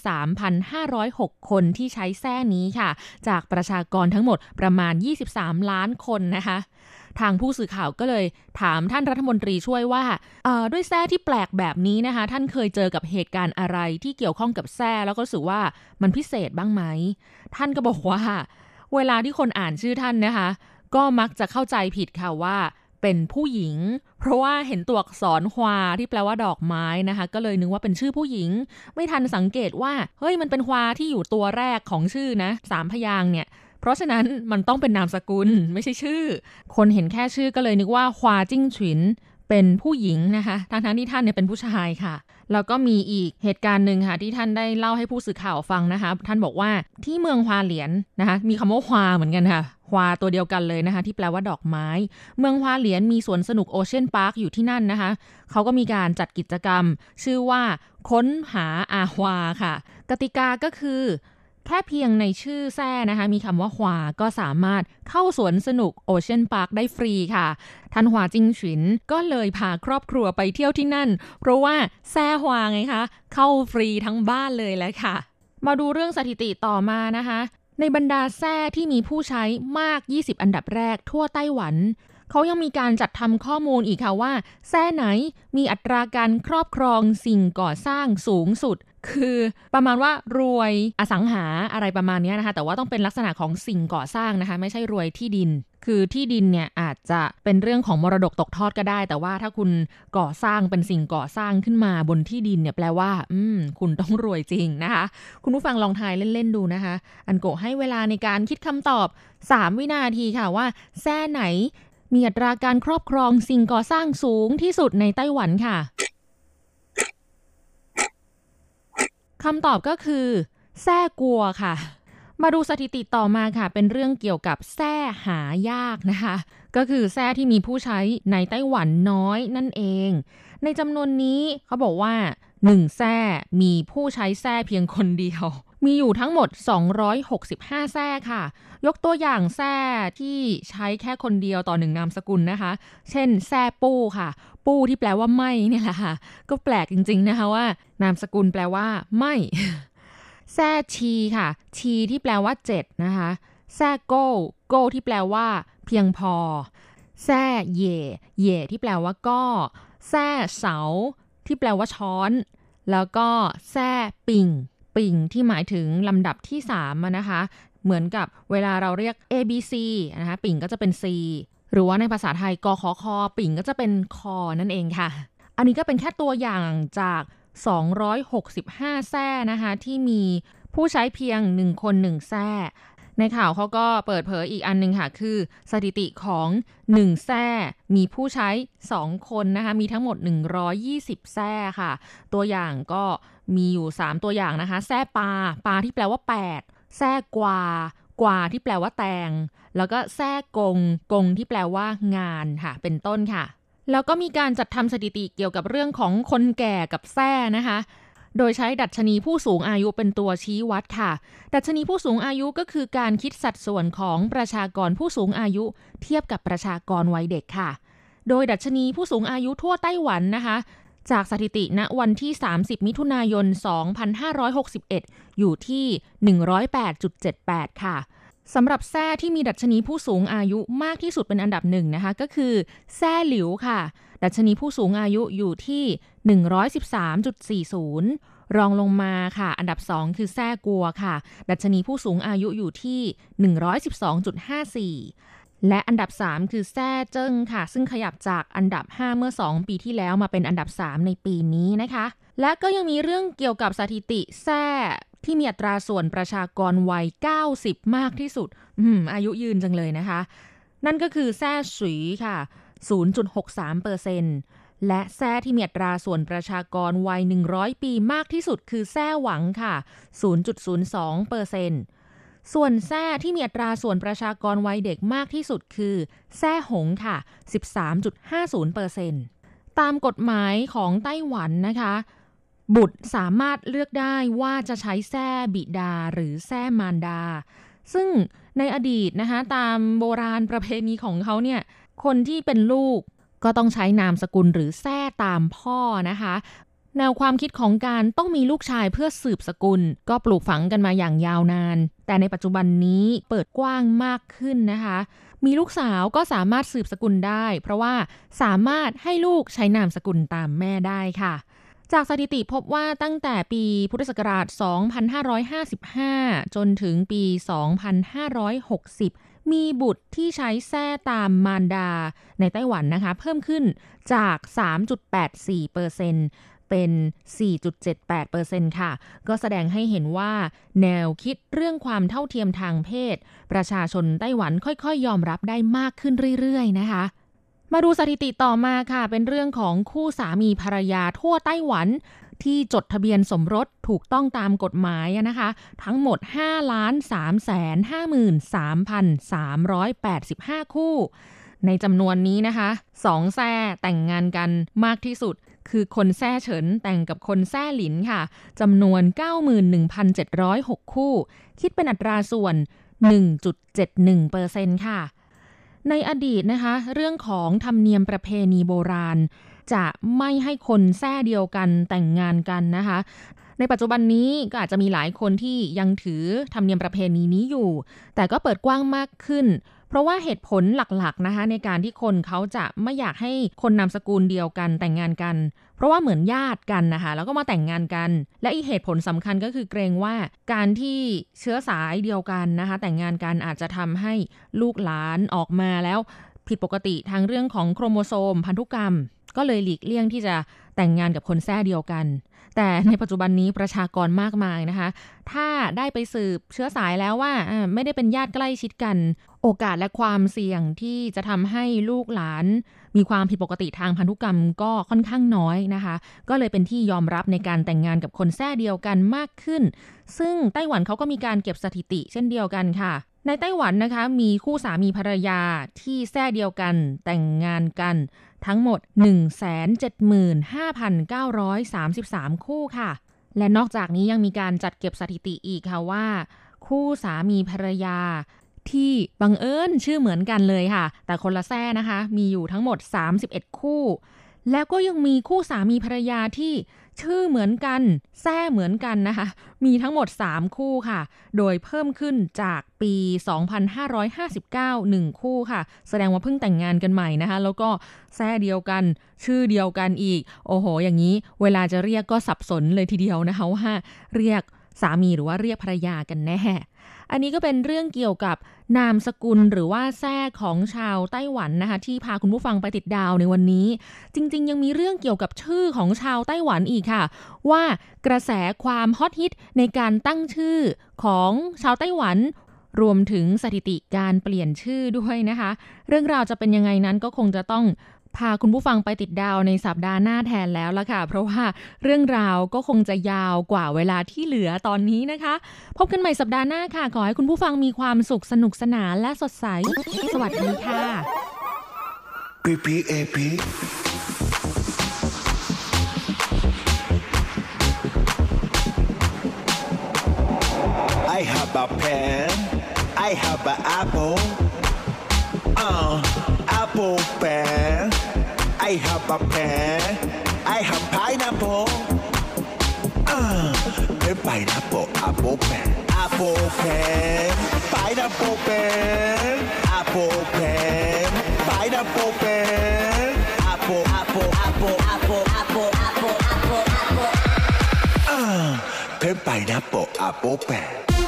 3,506 คนที่ใช้แซ่นี้ค่ะจากประชากรทั้งหมดประมาณ23ล้านคนนะคะทางผู้สื่อข่าวก็เลยถามท่านรัฐมนตรีช่วยว่าด้วยแซ่ที่แปลกแบบนี้นะคะท่านเคยเจอกับเหตุการณ์อะไรที่เกี่ยวข้องกับแซ่แล้วก็รู้สึกว่ามันพิเศษบ้างไหมท่านก็บอกว่าเวลาที่คนอ่านชื่อท่านนะคะก็มักจะเข้าใจผิดค่ะว่าเป็นผู้หญิงเพราะว่าเห็นตัวอักษรฮวาที่แปลว่าดอกไม้นะคะก็เลยนึกว่าเป็นชื่อผู้หญิงไม่ทันสังเกตว่าเฮ้ยมันเป็นฮวาที่อยู่ตัวแรกของชื่อนะ3พยางค์เนี่ยเพราะฉะนั้นมันต้องเป็นนามสกุลไม่ใช่ชื่อคนเห็นแค่ชื่อก็เลยนึกว่าฮวาจิ้งฉินเป็นผู้หญิงนะคะทั้งที่ท่านเนี่ยเป็นผู้ชายค่ะแล้วก็มีอีกเหตุการณ์นึงค่ะที่ท่านได้เล่าให้ผู้สื่อข่าวฟังนะคะท่านบอกว่าที่เมืองฮวาเหลียนนะคะมีคำว่าฮวาเหมือนกันค่ะฮวาตัวเดียวกันเลยนะคะที่แปลว่าดอกไม้เมืองฮวาเหลียนมีสวนสนุกโอเชียนพาร์คอยู่ที่นั่นนะคะเขาก็มีการจัดกิจกรรมชื่อว่าค้นหาอาฮวาค่ะกติกาก็คือแค่เพียงในชื่อแท้นะคะมีคำว่าฮวาก็สามารถเข้าสวนสนุกโอเชียนพาร์คได้ฟรีค่ะท่านฮวาจิงฉินก็เลยพาครอบครัวไปเที่ยวที่นั่นเพราะว่าแซ่ฮวาไงคะเข้าฟรีทั้งบ้านเลยแหละค่ะมาดูเรื่องสถิติต่อมานะคะในบรรดาแซ่ที่มีผู้ใช้มาก20อันดับแรกทั่วไต้หวันเขายังมีการจัดทำข้อมูลอีกค่ะว่าแซ่ไหนมีอัตราการครอบครองสิ่งก่อสร้างสูงสุดคือประมาณว่ารวยอสังหาอะไรประมาณนี้นะคะแต่ว่าต้องเป็นลักษณะของสิ่งก่อสร้างนะคะไม่ใช่รวยที่ดินคือที่ดินเนี่ยอาจจะเป็นเรื่องของมรดกตกทอดก็ได้แต่ว่าถ้าคุณก่อสร้างเป็นสิ่งก่อสร้างขึ้นมาบนที่ดินเนี่ยแปลว่าคุณต้องรวยจริงนะคะคุณผู้ฟังลองทายเล่นๆดูนะคะอันโกะให้เวลาในการคิดคำตอบ3วินาทีค่ะว่าแซ่ไหนมีอัตราการครอบครองสิ่งก่อสร้างสูงที่สุดในไต้หวันค่ะคำตอบก็คือแซ่กัวค่ะมาดูสถิติต่อมาค่ะเป็นเรื่องเกี่ยวกับแซ่หายากนะคะก็คือแซ่ที่มีผู้ใช้ในไต้หวันน้อยนั่นเองในจำนวนนี้เขาบอกว่า1แซ่มีผู้ใช้แซ่เพียงคนเดียวมีอยู่ทั้งหมด265แซ่ค่ะยกตัวอย่างแซ่ที่ใช้แค่คนเดียวต่อ1นามสกุลนะคะเช่นแซ่ปู้ค่ะปู้ที่แปลว่าไม่เนี่ยแหละค่ะก็แปลกจริงๆนะคะว่านามสกุลแปลว่าไม่แซ่ชีค่ะชีที่แปลว่า7นะคะแซ่โก้โก้ที่แปลว่าเพียงพอแซ่เย่เย่ที่แปลว่าก็แซ่เสาที่แปลว่าช้อนแล้วก็แซ่ปิ่งปิ่งที่หมายถึงลำดับที่3นะคะเหมือนกับเวลาเราเรียก A B C นะคะปิ่งก็จะเป็น C หรือว่าในภาษาไทยกขคปิ่งก็จะเป็นคอนั่นเองค่ะอันนี้ก็เป็นแค่ตัวอย่างจาก265แซ่นะคะที่มีผู้ใช้เพียง1คน1แซ่ในข่าวเขาก็เปิดเผยอีกอันนึงค่ะคือสถิติของ1แซ่มีผู้ใช้2คนนะคะมีทั้งหมด120แซ่ค่ะตัวอย่างก็มีอยู่3ตัวอย่างนะคะแซ่ปาที่แปลว่า8แซ่กวาที่แปลว่าแตงแล้วก็แซ่กงที่แปลว่างานค่ะเป็นต้นค่ะแล้วก็มีการจัดทำสถิติเกี่ยวกับเรื่องของคนแก่กับแซ่นะคะโดยใช้ดัชนีผู้สูงอายุเป็นตัวชี้วัดค่ะดัชนีผู้สูงอายุก็คือการคิดสัดส่วนของประชากรผู้สูงอายุเทียบกับประชากรวัยเด็กค่ะโดยดัชนีผู้สูงอายุทั่วไต้หวันนะคะจากสถิติณวันที่30มิถุนายน2561อยู่ที่ 108.78 ค่ะสำหรับแซ่ที่มีดัชนีผู้สูงอายุมากที่สุดเป็นอันดับ1นะคะก็คือแซ่หลิวค่ะดัชนีผู้สูงอายุอยู่ที่ 113.40 รองลงมาค่ะอันดับ2คือแซ่กัวค่ะดัชนีผู้สูงอายุอยู่ที่ 112.54 และอันดับ3คือแซ่เจิ้งค่ะซึ่งขยับจากอันดับ5เมื่อ2ปีที่แล้วมาเป็นอันดับ3ในปีนี้นะคะและก็ยังมีเรื่องเกี่ยวกับสถิติแซ่ที่มีอัตราส่วนประชากรวัย90มากที่สุดอายุยืนจังเลยนะคะนั่นก็คือแซ่สุยค่ะ 0.63% และแซ่ที่มีอัตราส่วนประชากรวัย100ปีมากที่สุดคือแซ่หวังค่ะ 0.02%ส่วนแซ่ที่มีอัตราส่วนประชากรวัยเด็กมากที่สุดคือแซ่หงค่ะ 13.50% ตามกฎหมายของไต้หวันนะคะบุตรสามารถเลือกได้ว่าจะใช้แซ่บิดาหรือแซ่มารดาซึ่งในอดีตนะคะตามโบราณประเพณีของเขาเนี่ยคนที่เป็นลูกก็ต้องใช้นามสกุลหรือแซ่ตามพ่อนะคะแนวความคิดของการต้องมีลูกชายเพื่อสืบสกุลก็ปลูกฝังกันมาอย่างยาวนานแต่ในปัจจุบันนี้เปิดกว้างมากขึ้นนะคะมีลูกสาวก็สามารถสืบสกุลได้เพราะว่าสามารถให้ลูกใช้นามสกุลตามแม่ได้ค่ะจากสถิติพบว่าตั้งแต่ปีพุทธศักราช 2555 จนถึงปี 2560 มีบุตรที่ใช้แส้ตามมารดาในไต้หวันนะคะเพิ่มขึ้นจาก 3.84% เป็น 4.78% ค่ะก็แสดงให้เห็นว่าแนวคิดเรื่องความเท่าเทียมทางเพศประชาชนไต้หวันค่อยๆยอมรับได้มากขึ้นเรื่อยๆนะคะมาดูสถิติต่อมาค่ะเป็นเรื่องของคู่สามีภรรยาทั่วไต้หวันที่จดทะเบียนสมรสถูกต้องตามกฎหมายนะคะทั้งหมด 5,353,385 คู่ในจำนวนนี้นะคะ2แซ่แต่งงานกันมากที่สุดคือคนแซ่เฉินแต่งกับคนแซ่หลินค่ะจำนวน 91,706 คู่คิดเป็นอัตราส่วน 1.71% ค่ะในอดีตนะคะเรื่องของธรรมเนียมประเพณีโบราณจะไม่ให้คนแซ่เดียวกันแต่งงานกันนะคะในปัจจุบันนี้ก็อาจจะมีหลายคนที่ยังถือธรรมเนียมประเพณีนี้อยู่แต่ก็เปิดกว้างมากขึ้นเพราะว่าเหตุผลหลักๆนะคะในการที่คนเขาจะไม่อยากให้คนนามสกุลเดียวกันแต่งงานกันเพราะว่าเหมือนญาติกันนะคะแล้วก็มาแต่งงานกันและอีกเหตุผลสำคัญก็คือเกรงว่าการที่เชื้อสายเดียวกันนะคะแต่งงานกันอาจจะทำให้ลูกหลานออกมาแล้วผิดปกติทางเรื่องของโครโมโซมพันธุกรรมก็เลยหลีกเลี่ยงที่จะแต่งงานกับคนแท้เดียวกันแต่ในปัจจุบันนี้ประชากรมากมายนะคะถ้าได้ไปสืบเชื้อสายแล้วว่าไม่ได้เป็นญาติใกล้ชิดกันโอกาสและความเสี่ยงที่จะทำให้ลูกหลานมีความผิดปกติทางพันธุกรรมก็ค่อนข้างน้อยนะคะก็เลยเป็นที่ยอมรับในการแต่งงานกับคนแท้เดียวกันมากขึ้นซึ่งไต้หวันเขาก็มีการเก็บสถิติเช่นเดียวกันค่ะในไต้หวันนะคะมีคู่สามีภรรยาที่แท้เดียวกันแต่งงานกันทั้งหมด 175,933 คู่ค่ะและนอกจากนี้ยังมีการจัดเก็บสถิติอีกค่ะว่าคู่สามีภรรยาที่บังเอิญชื่อเหมือนกันเลยค่ะแต่คนละแท้นะคะมีอยู่ทั้งหมด31คู่แล้วก็ยังมีคู่สามีภรรยาที่ชื่อเหมือนกันแท้เหมือนกันนะคะมีทั้งหมด3คู่ค่ะโดยเพิ่มขึ้นจากปี 2559 1คู่ค่ะแสดงว่าเพิ่งแต่งงานกันใหม่นะคะแล้วก็แท้เดียวกันชื่อเดียวกันอีกโอ้โหอย่างนี้เวลาจะเรียกก็สับสนเลยทีเดียวนะคะว่าเรียกสามีหรือว่าเรียกภรรยากันแน่อันนี้ก็เป็นเรื่องเกี่ยวกับนามสกุลหรือว่าแท้ของชาวไต้หวันนะคะที่พาคุณผู้ฟังไปติดดาวในวันนี้จริงๆยังมีเรื่องเกี่ยวกับชื่อของชาวไต้หวันอีกค่ะว่ากระแสความฮอตฮิตในการตั้งชื่อของชาวไต้หวันรวมถึงสถิติการเปลี่ยนชื่อด้วยนะคะเรื่องราวจะเป็นยังไงนั้นก็คงจะต้องพาคุณผู้ฟังไปติดดาวในสัปดาห์หน้าแทนแล้วล่ะค่ะเพราะว่าเรื่องราวก็คงจะยาวกว่าเวลาที่เหลือตอนนี้นะคะพบกันใหม่สัปดาห์หน้าค่ะขอให้คุณผู้ฟังมีความสุขสนุกสนานและสดใสสวัสดีค่ะ PPAP I have a pen I have an apple Apple pen I have a pen I have pineapple pineapple apple pen apple pen pineapple pen apple pen pineapple pen apple apple apple apple apple apple apple apple pen pineapple apple pen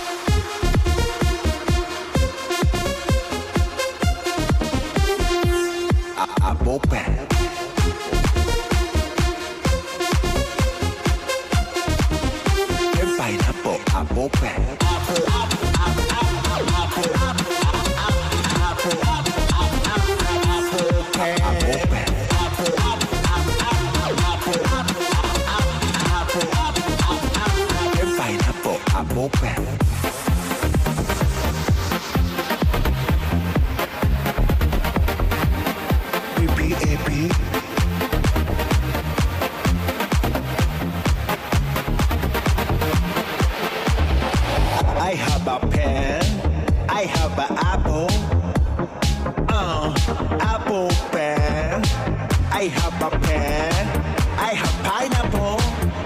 apple pen pineapple apple pen apple apple apple apple apple apple pen apple pen apple apple apple pineapple apple pen PPAP I have a pen I have an apple apple pen I have a pen I have pineapple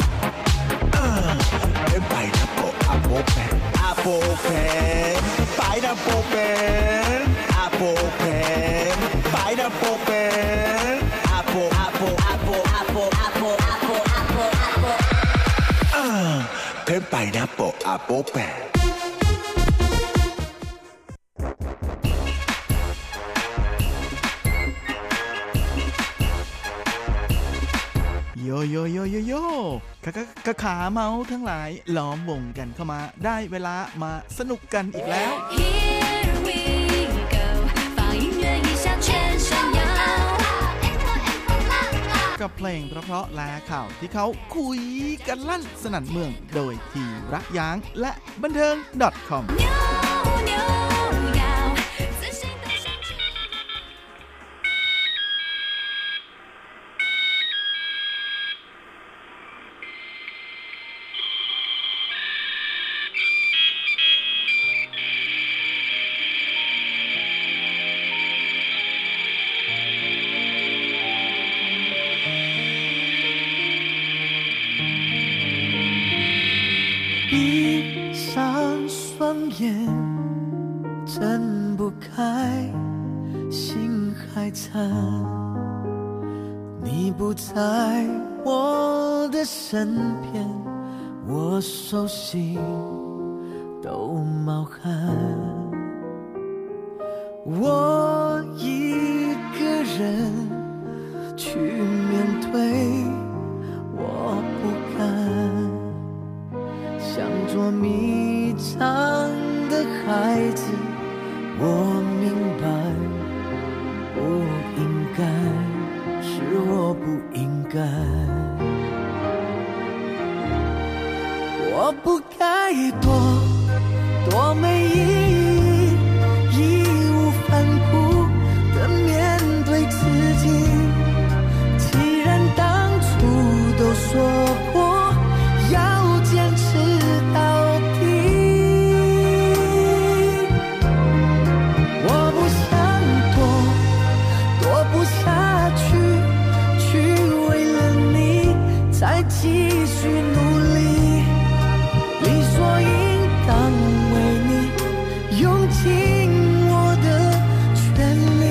pineapple apple pen apple pen pineapple pen apple pen pineapple pen apple apple apple apple apple apple apple apple pen pineapple apple pen โยโยโยโยโยขาเมาทั้งหลายล้อมวงกันเข้ามาได้เวลามาสนุกกันอีกแล้ว Here we go 放音乐一下全身摇กับเพลงเพราะๆและข่าวที่เขาคุยกันลั่นสนั่นเมืองโดยทีระยางและบันเทิง .com 睁不开，心还残。你不在我的身边，我手心都冒汗。我一个人去面对，我不敢。像捉迷藏的孩子，我明白不应该，是我不应该，我不该多没意义，义无反顾地面对自己。既然当初都说过要坚持到底，我不想躲不下去，去为了你再继续努力，理所应当为你用尽我的全力。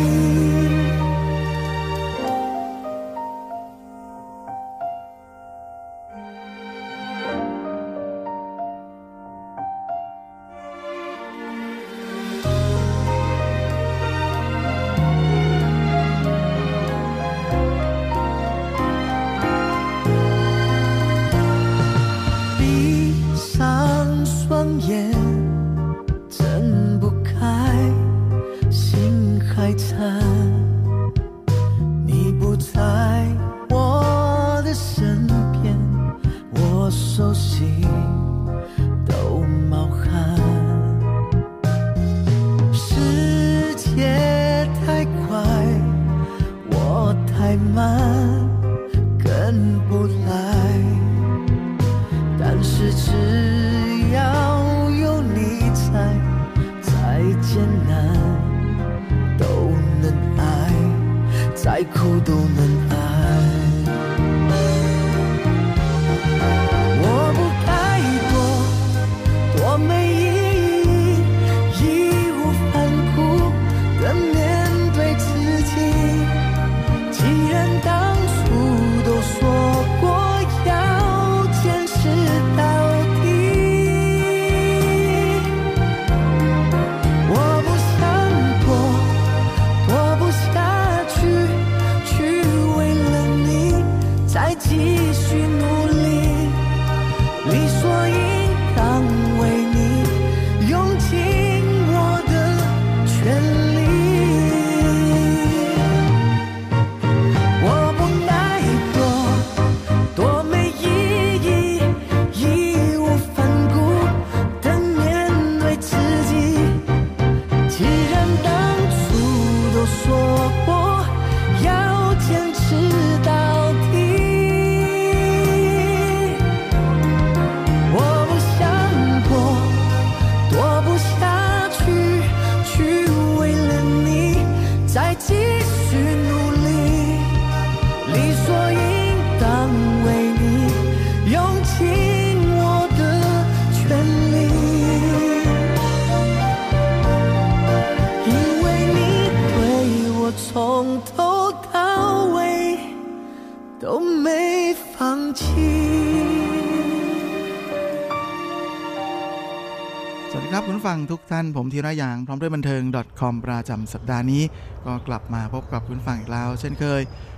ทุกท่านผมธีระยางพร้อมด้วยบันเทิง .com ประจำสัปดาห์นี้ก็กลับมาพบกับคุณฟังอีกแล้วเช่นเคย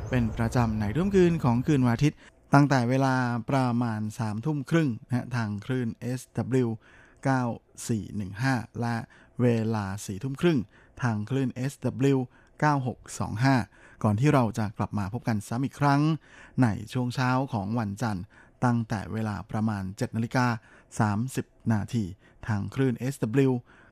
เป็นประจำในรุ่มคืนของคืนวันอาทิตย์ตั้งแต่เวลาประมาณ 3:30 น.นะทางคลื่น SW 9415 และเวลา 4:30 น.ทางคลื่น SW 9625 ก่อนที่เราจะกลับมาพบกันซ้ำอีกครั้งในช่วงเช้าของวันจันทร์ตั้งแต่เวลาประมาณ 7:30 น.ทางคลื่น SW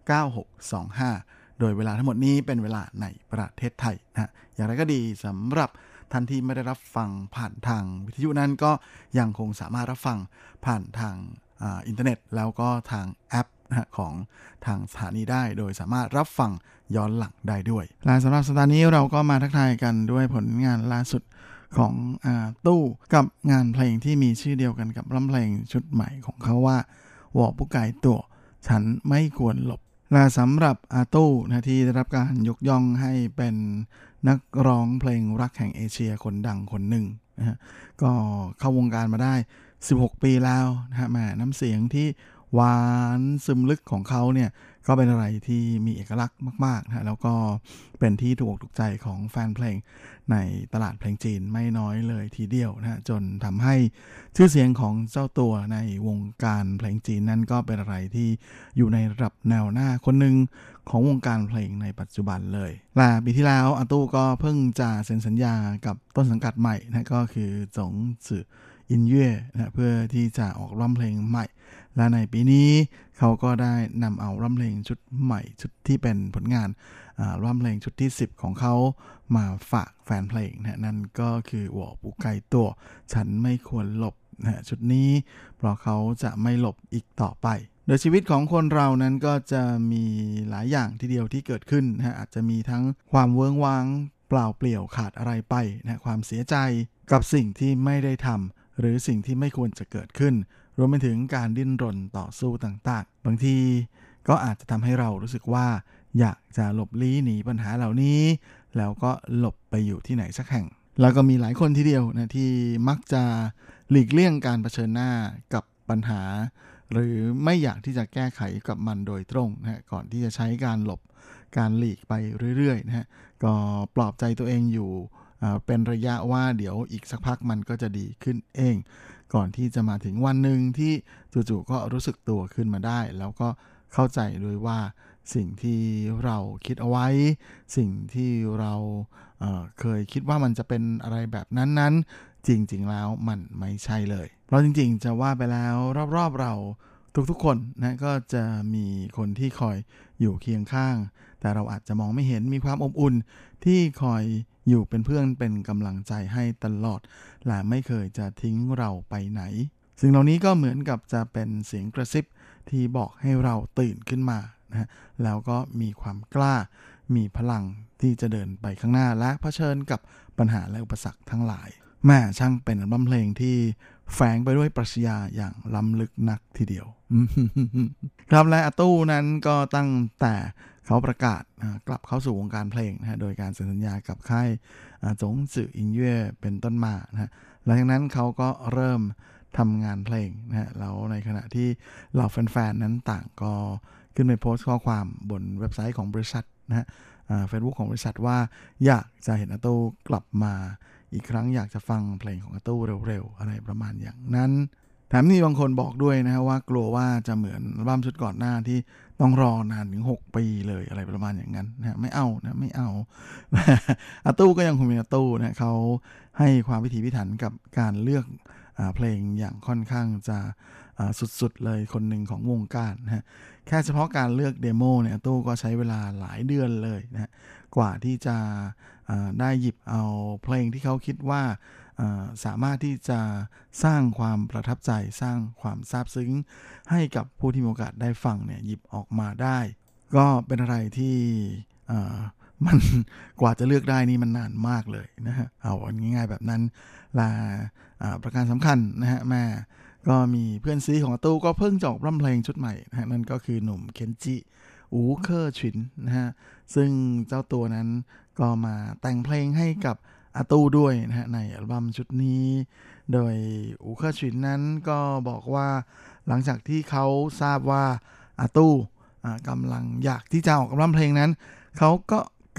9625 โดยเวลาทั้งหมดนี้เป็นเวลาในประเทศไทยนะอย่างไรก็ดีสำหรับท่านที่ไม่ได้รับฟังผ่านทางวิทยุนั้นก็ยังคงสามารถรับฟังผ่านทางอินเทอร์เน็ตแล้วก็ทางแอปของทางสถานีได้โดยสามารถรับฟังย้อนหลังได้ด้วยและสำหรับสัปดาห์นี้เราก็มาทักทายกันด้วยผลงานล่าสุดของตู้กับงานเพลงที่มีชื่อเดียวกันกับลำเพลงชุดใหม่ของเขาว่าวอผู้ไกตัวฉันไม่ควรหลบและสำหรับตู้นะที่ได้รับการยกย่องให้เป็นนักร้องเพลงรักแห่งเอเชียคนดังคนหนึ่งนะฮะก็เข้าวงการมาได้16 ปีแล้วนะฮะแม่น้ำเสียงที่หวานซึมลึกของเขาเนี่ยก็เป็นอะไรที่มีเอกลักษณ์มากๆนะแล้วก็เป็นที่ถูกอกถูกใจของแฟนเพลงในตลาดเพลงจีนไม่น้อยเลยทีเดียวนะจนทำให้ชื่อเสียงของเจ้าตัวในวงการเพลงจีนนั้นก็เป็นอะไรที่อยู่ในระดับแนวหน้าคนหนึ่งของวงการเพลงในปัจจุบันเลยและปีที่แล้วอาตู้ก็เพิ่งจะเซ็นสัญญากับต้นสังกัดใหม่นะก็คือจงจื่ออินเย่นะเพื่อที่จะออกร้องเพลงใหม่และในปีนี้เขาก็ได้นำเอาร้องเพลงชุดใหม่ชุดที่เป็นผลงานร้องเพลงชุดที่10ของเขามาฝากแฟนเพลงนะนั่นก็คือวอปูไกตัวฉันไม่ควรหลบนะชุดนี้เพราะเขาจะไม่หลบอีกต่อไปโดยชีวิตของคนเรานั้นก็จะมีหลายอย่างทีเดียวที่เกิดขึ้นนะอาจจะมีทั้งความเวิ้งว้างเปล่าเปลี่ยวขาดอะไรไปนะความเสียใจกับสิ่งที่ไม่ได้ทำหรือสิ่งที่ไม่ควรจะเกิดขึ้นรวมไปถึงการดิ้นรนต่อสู้ต่างๆบางทีก็อาจจะทำให้เรารู้สึกว่าอยากจะหลบลี้หนีปัญหาเหล่านี้แล้วก็หลบไปอยู่ที่ไหนสักแห่งแล้วก็มีหลายคนทีเดียวนะที่มักจะหลีกเลี่ยงการเผชิญหน้ากับปัญหาหรือไม่อยากที่จะแก้ไขกับมันโดยตรงนะก่อนที่จะใช้การหลบการหลีกไปเรื่อยๆนะฮะก็ปลอบใจตัวเองอยู่เป็นระยะว่าเดี๋ยวอีกสักพักมันก็จะดีขึ้นเองก่อนที่จะมาถึงวันหนึ่งที่จู่ๆก็รู้สึกตัวขึ้นมาได้แล้วก็เข้าใจด้วยว่าสิ่งที่เราคิดเอาไว้สิ่งที่เราเคยคิดว่ามันจะเป็นอะไรแบบนั้นจริงๆแล้วมันไม่ใช่เลยเพราะจริงๆจะว่าไปแล้วรอบๆเราทุกๆคนนะก็จะมีคนที่คอยอยู่เคียงข้างแต่เราอาจจะมองไม่เห็นมีความอบอุ่นที่คอยอยู่เป็นเพื่อนเป็นกำลังใจให้ตลอดและไม่เคยจะทิ้งเราไปไหนสิ่งเหล่านี้ก็เหมือนกับจะเป็นเสียงกระซิบที่บอกให้เราตื่นขึ้นมานะแล้วก็มีความกล้ามีพลังที่จะเดินไปข้างหน้าและเผชิญกับปัญหาและอุปสรรคทั้งหลายแม่ช่างเป็นอัลบั้มเพลงที่แฝงไปด้วยปรัชญาอย่างล้ำลึกนักทีเดียว ครับและอาตู้นั้นก็ตั้งแต่เขาประกาศกลับเข้าสู่วงการเพลงนะโดยการเซ็นสัญญากับค่ายจงจื่ออินเย่เป็นต้นมานะหลังจากนั้นเขาก็เริ่มทำงานเพลงนะแล้วในขณะที่เหล่าแฟนๆนั้นต่างก็ขึ้นไปโพสต์ข้อความบนเว็บไซต์ของบริษัทนะฮะFacebook ของบริษัทว่าอยากจะเห็นอาตู้กลับมาอีกครั้งอยากจะฟังเพลงของอาตู้เร็วๆอะไรประมาณอย่างนั้นแถมมีบางคนบอกด้วยนะว่ากลัวว่าจะเหมือนอัลบั้มชุดก่อนหน้าที่ต้องรอนานถึง6 ปีเลยอะไรประมาณอย่างนั้นนะไม่เอานะไม่เอาอาตู้ก็ยังคงเป็นอาตู้นะเขาให้ความพิถีพิถันกับการเลือกเพลงอย่างค่อนข้างจะสุดๆเลยคนหนึ่งของวงการนะฮะแค่เฉพาะการเลือกเดโมเนี่ยตู้ก็ใช้เวลาหลายเดือนเลยนะกว่าที่จะได้หยิบเอาเพลงที่เขาคิดว่าสามารถที่จะสร้างความประทับใจสร้างความซาบซึ้งให้กับผู้ที่มีโอกาสได้ฟังเนี่ยหยิบออกมาได้ก็เป็นอะไรที่มันกว่าจะเลือกได้นี่มันนานมากเลยนะฮะเอาง่ายๆแบบนั้นและประการสำคัญนะฮะแม่ก็มีเพื่อนซีของอาตู้ก็เพิ่งจะออกเพลงชุดใหม่นะฮะนั่นก็คือหนุ่มเคนจิอูเคอร์ฉินนะฮะซึ่งเจ้าตัวนั้นก็มาแต่งเพลงให้กับอาตู้ด้วยนะฮะในอัลบั้มชุดนี้โดยอูเคอร์ฉินนั้นก็บอกว่าหลังจากที่เขาทราบว่าอาตู้กำลังอยากที่จะออกอัลบั้มเพลงนั้นเขาก็เกิด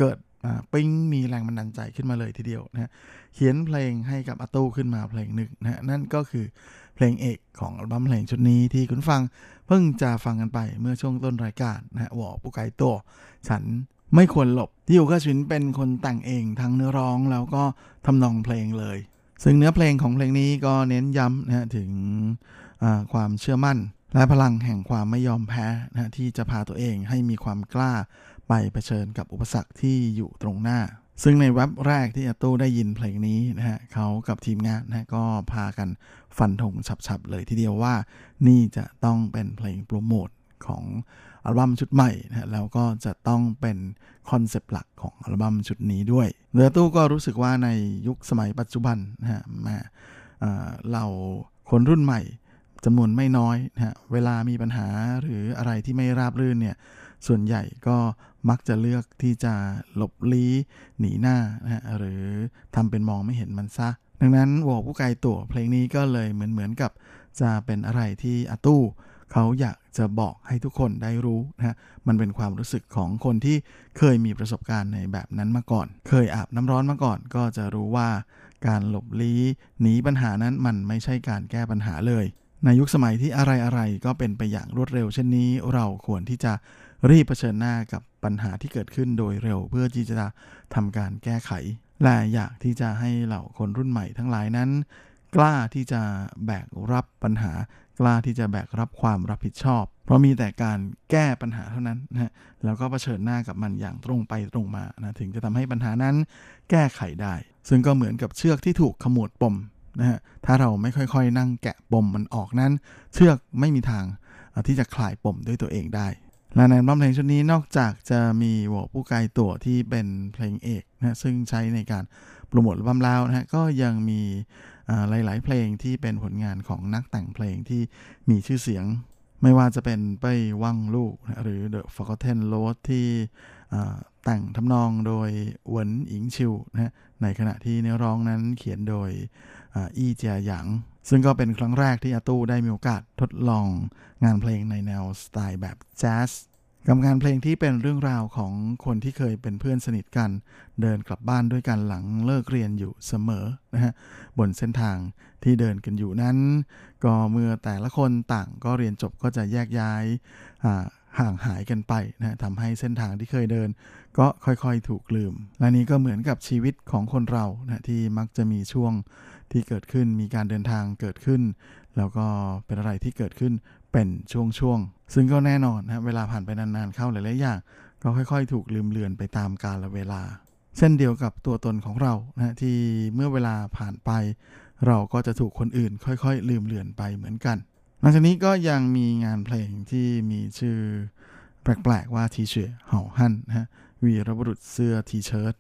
ปิ๊งมีแรงบันดาลใจขึ้นมาเลยทีเดียวนะฮะเขียนเพลงให้กับอาตู้ขึ้นมาเพลงหนึ่งนะฮะนั่นก็คือเพลงเอกของอัลบั้มเพลงชุดนี้ที่คุณฟังเพิ่งจะฟังกันไปเมื่อช่วงต้นรายการนะฮะวอผู้ไกโตฉันไม่ควรหลบที่อยู่ก็ชินเป็นคนแต่งเองทั้งเนื้อร้องแล้วก็ทำนองเพลงเลยซึ่งเนื้อเพลงของเพลงนี้ก็เน้นย้ำนะฮะถึงความเชื่อมั่นและพลังแห่งความไม่ยอมแพ้นะที่จะพาตัวเองให้มีความกล้าไปเผชิญกับอุปสรรคที่อยู่ตรงหน้าซึ่งในเว็บแรกที่อาตู้ได้ยินเพลงนี้นะฮะเขากับทีมงานนะก็พากันฟันธงฉับๆเลยทีเดียวว่านี่จะต้องเป็นเพลงโปรโมทของอัลบั้มชุดใหม่นะแล้วก็จะต้องเป็นคอนเซปต์หลักของอัลบั้มชุดนี้ด้วยอาตู้ก็รู้สึกว่าในยุคสมัยปัจจุบันนะฮะเราคนรุ่นใหม่จำนวนไม่น้อยนะฮะเวลามีปัญหาหรืออะไรที่ไม่ราบรื่นเนี่ยส่วนใหญ่ก็มักจะเลือกที่จะหลบลี้หนีหน้านะฮะหรือทำเป็นมองไม่เห็นมันซะดังนั้นวอผู้ไกลตัวเพลงนี้ก็เลยเหมือนกับจะเป็นอะไรที่อาตู้เขาอยากจะบอกให้ทุกคนได้รู้นะฮะมันเป็นความรู้สึกของคนที่เคยมีประสบการณ์ในแบบนั้นมาก่อนเคยอาบน้ำร้อนมาก่อนก็จะรู้ว่าการหลบลี้หนีปัญหานั้นมันไม่ใช่การแก้ปัญหาเลยในยุคสมัยที่อะไรๆก็เป็นไปอย่างรวดเร็วเช่นนี้เราควรที่จะรีบเผชิญหน้ากับปัญหาที่เกิดขึ้นโดยเร็วเพื่อที่จะทำการแก้ไขและอยากที่จะให้เหล่าคนรุ่นใหม่ทั้งหลายนั้นกล้าที่จะแบกรับปัญหากล้าที่จะแบกรับความรับผิดชอบเพราะมีแต่การแก้ปัญหาเท่านั้นนะแล้วก็เผชิญหน้ากับมันอย่างตรงไปตรงมานะถึงจะทำให้ปัญหานั้นแก้ไขได้ซึ่งก็เหมือนกับเชือกที่ถูกขมวดปมนะฮะถ้าเราไม่ค่อยๆนั่งแกะปมมันออกนั้นเชือกไม่มีทางที่จะคลายปมด้วยตัวเองได้และในอัลบั้มเพลงชุดนี้นอกจากจะมีวอผู้ไกลตัวที่เป็นเพลงเอกนะซึ่งใช้ในการโปรโมทอัลบั้มแล้วนะก็ยังมีหลายๆเพลงที่เป็นผลงานของนักแต่งเพลงที่มีชื่อเสียงไม่ว่าจะเป็นเป้ยว่างลู่นะหรือ The Forgotten Road ที่แต่งทำนองโดยเหวินหญิงชิวนะในขณะที่เนื้อร้องนั้นเขียนโดยอี้เจียหยางซึ่งก็เป็นครั้งแรกที่อาตู้ได้มีโอกาสทดลองงานเพลงในแนวสไตล์แบบแจ๊สกับงานเพลงที่เป็นเรื่องราวของคนที่เคยเป็นเพื่อนสนิทกันเดินกลับบ้านด้วยกันหลังเลิกเรียนอยู่เสมอนะฮะบนเส้นทางที่เดินกันอยู่นั้นก็เมื่อแต่ละคนต่างก็เรียนจบก็จะแยกย้ายห่างหายกันไปนะทำให้เส้นทางที่เคยเดินก็ค่อยๆถูกลืมและนี้ก็เหมือนกับชีวิตของคนเรานะที่มักจะมีช่วงที่เกิดขึ้นมีการเดินทางเกิดขึ้นแล้วก็เป็นอะไรที่เกิดขึ้นเป็นช่วงๆซึ่งก็แน่นอนนะเวลาผ่านไปนานๆเข้าหลายๆอย่างก็ค่อยๆถูกลืมเลือนไปตามกาลเวลาเช่นเดียวกับตัวตนของเรานะที่เมื่อเวลาผ่านไปเราก็จะถูกคนอื่นค่อยๆลืมเลือนไปเหมือนกันหลังจากนี้ก็ยังมีงานเพลงที่มีชื่อแปลกๆว่าทีเฉินเห่าฮั่นนะฮะวีรบุรุษเสื้อทีเชิ้ต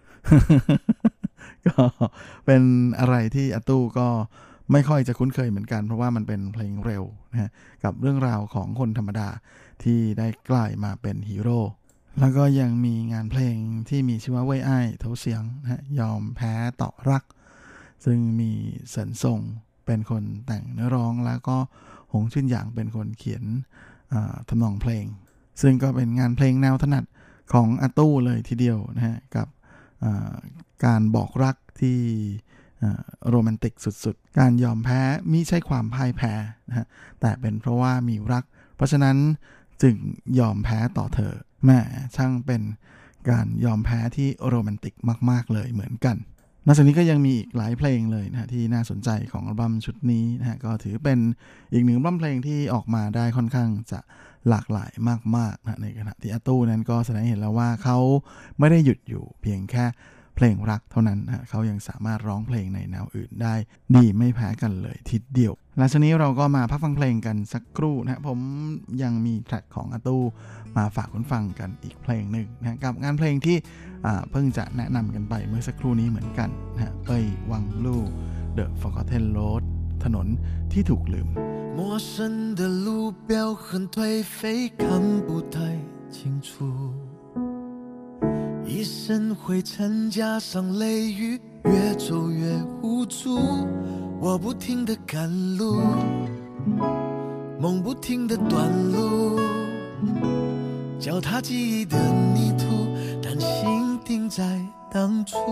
ก็เป็นอะไรที่อาตู้ก็ไม่ค่อยจะคุ้นเคยเหมือนกันเพราะว่ามันเป็นเพลงเร็วนะฮะกับเรื่องราวของคนธรรมดาที่ได้กลายมาเป็นฮีโร่แล้วก็ยังมีงานเพลงที่มีชื่อว่าเว่ยอ้ายเถาเสียงนะฮะยอมแพ้ต่อรักซึ่งมีเซินซ่งเป็นคนแต่งเนื้อร้องแล้วก็หงชื่นหยางเป็นคนเขียนทำนองเพลงซึ่งก็เป็นงานเพลงแนวถนัดของอาตู้เลยทีเดียวนะฮะกับการบอกรักที่โรแมนติกสุดๆการยอมแพ้มิใช่ความพ่ายแพ้นะฮะแต่เป็นเพราะว่ามีรักเพราะฉะนั้นจึงยอมแพ้ต่อเธอแม่ช่างเป็นการยอมแพ้ที่โรแมนติกมากๆเลยเหมือนกันนอกจากนี้ก็ยังมีอีกหลายเพลงเลยนะที่น่าสนใจของอัลบั้มชุดนี้นะฮะก็ถือเป็นอีกหนึ่งอัลบั้มเพลงที่ออกมาได้ค่อนข้างจะหลากหลายมากๆนะในขณะที่อาตู้นั้นก็แสดงเห็นแล้วว่าเขาไม่ได้หยุดอยู่เพียงแค่เพลงรักเท่านั้นนะเขายังสามารถร้องเพลงในแนวอื่นได้ดีไม่แพ้กันเลยทีเดียวหลังจากนี้เราก็มาพักฟังเพลงกันสักครู่นะผมยังมีแทร็กของอาตู้มาฝากคุณฟังกันอีกเพลงหนึ่งนะกับงานเพลงที่เพิ่งจะแนะนำกันไปเมื่อสักครู่นี้เหมือนกันนะเป้ยวังลู่ The Forgotten Road ถนนที่ถูกลืม陌生的路标很颓废，看不太清楚。一身灰尘加上雷雨，越走越无助。我不停地赶路，梦不停地短路，脚踏记忆的泥土，担心定在当初。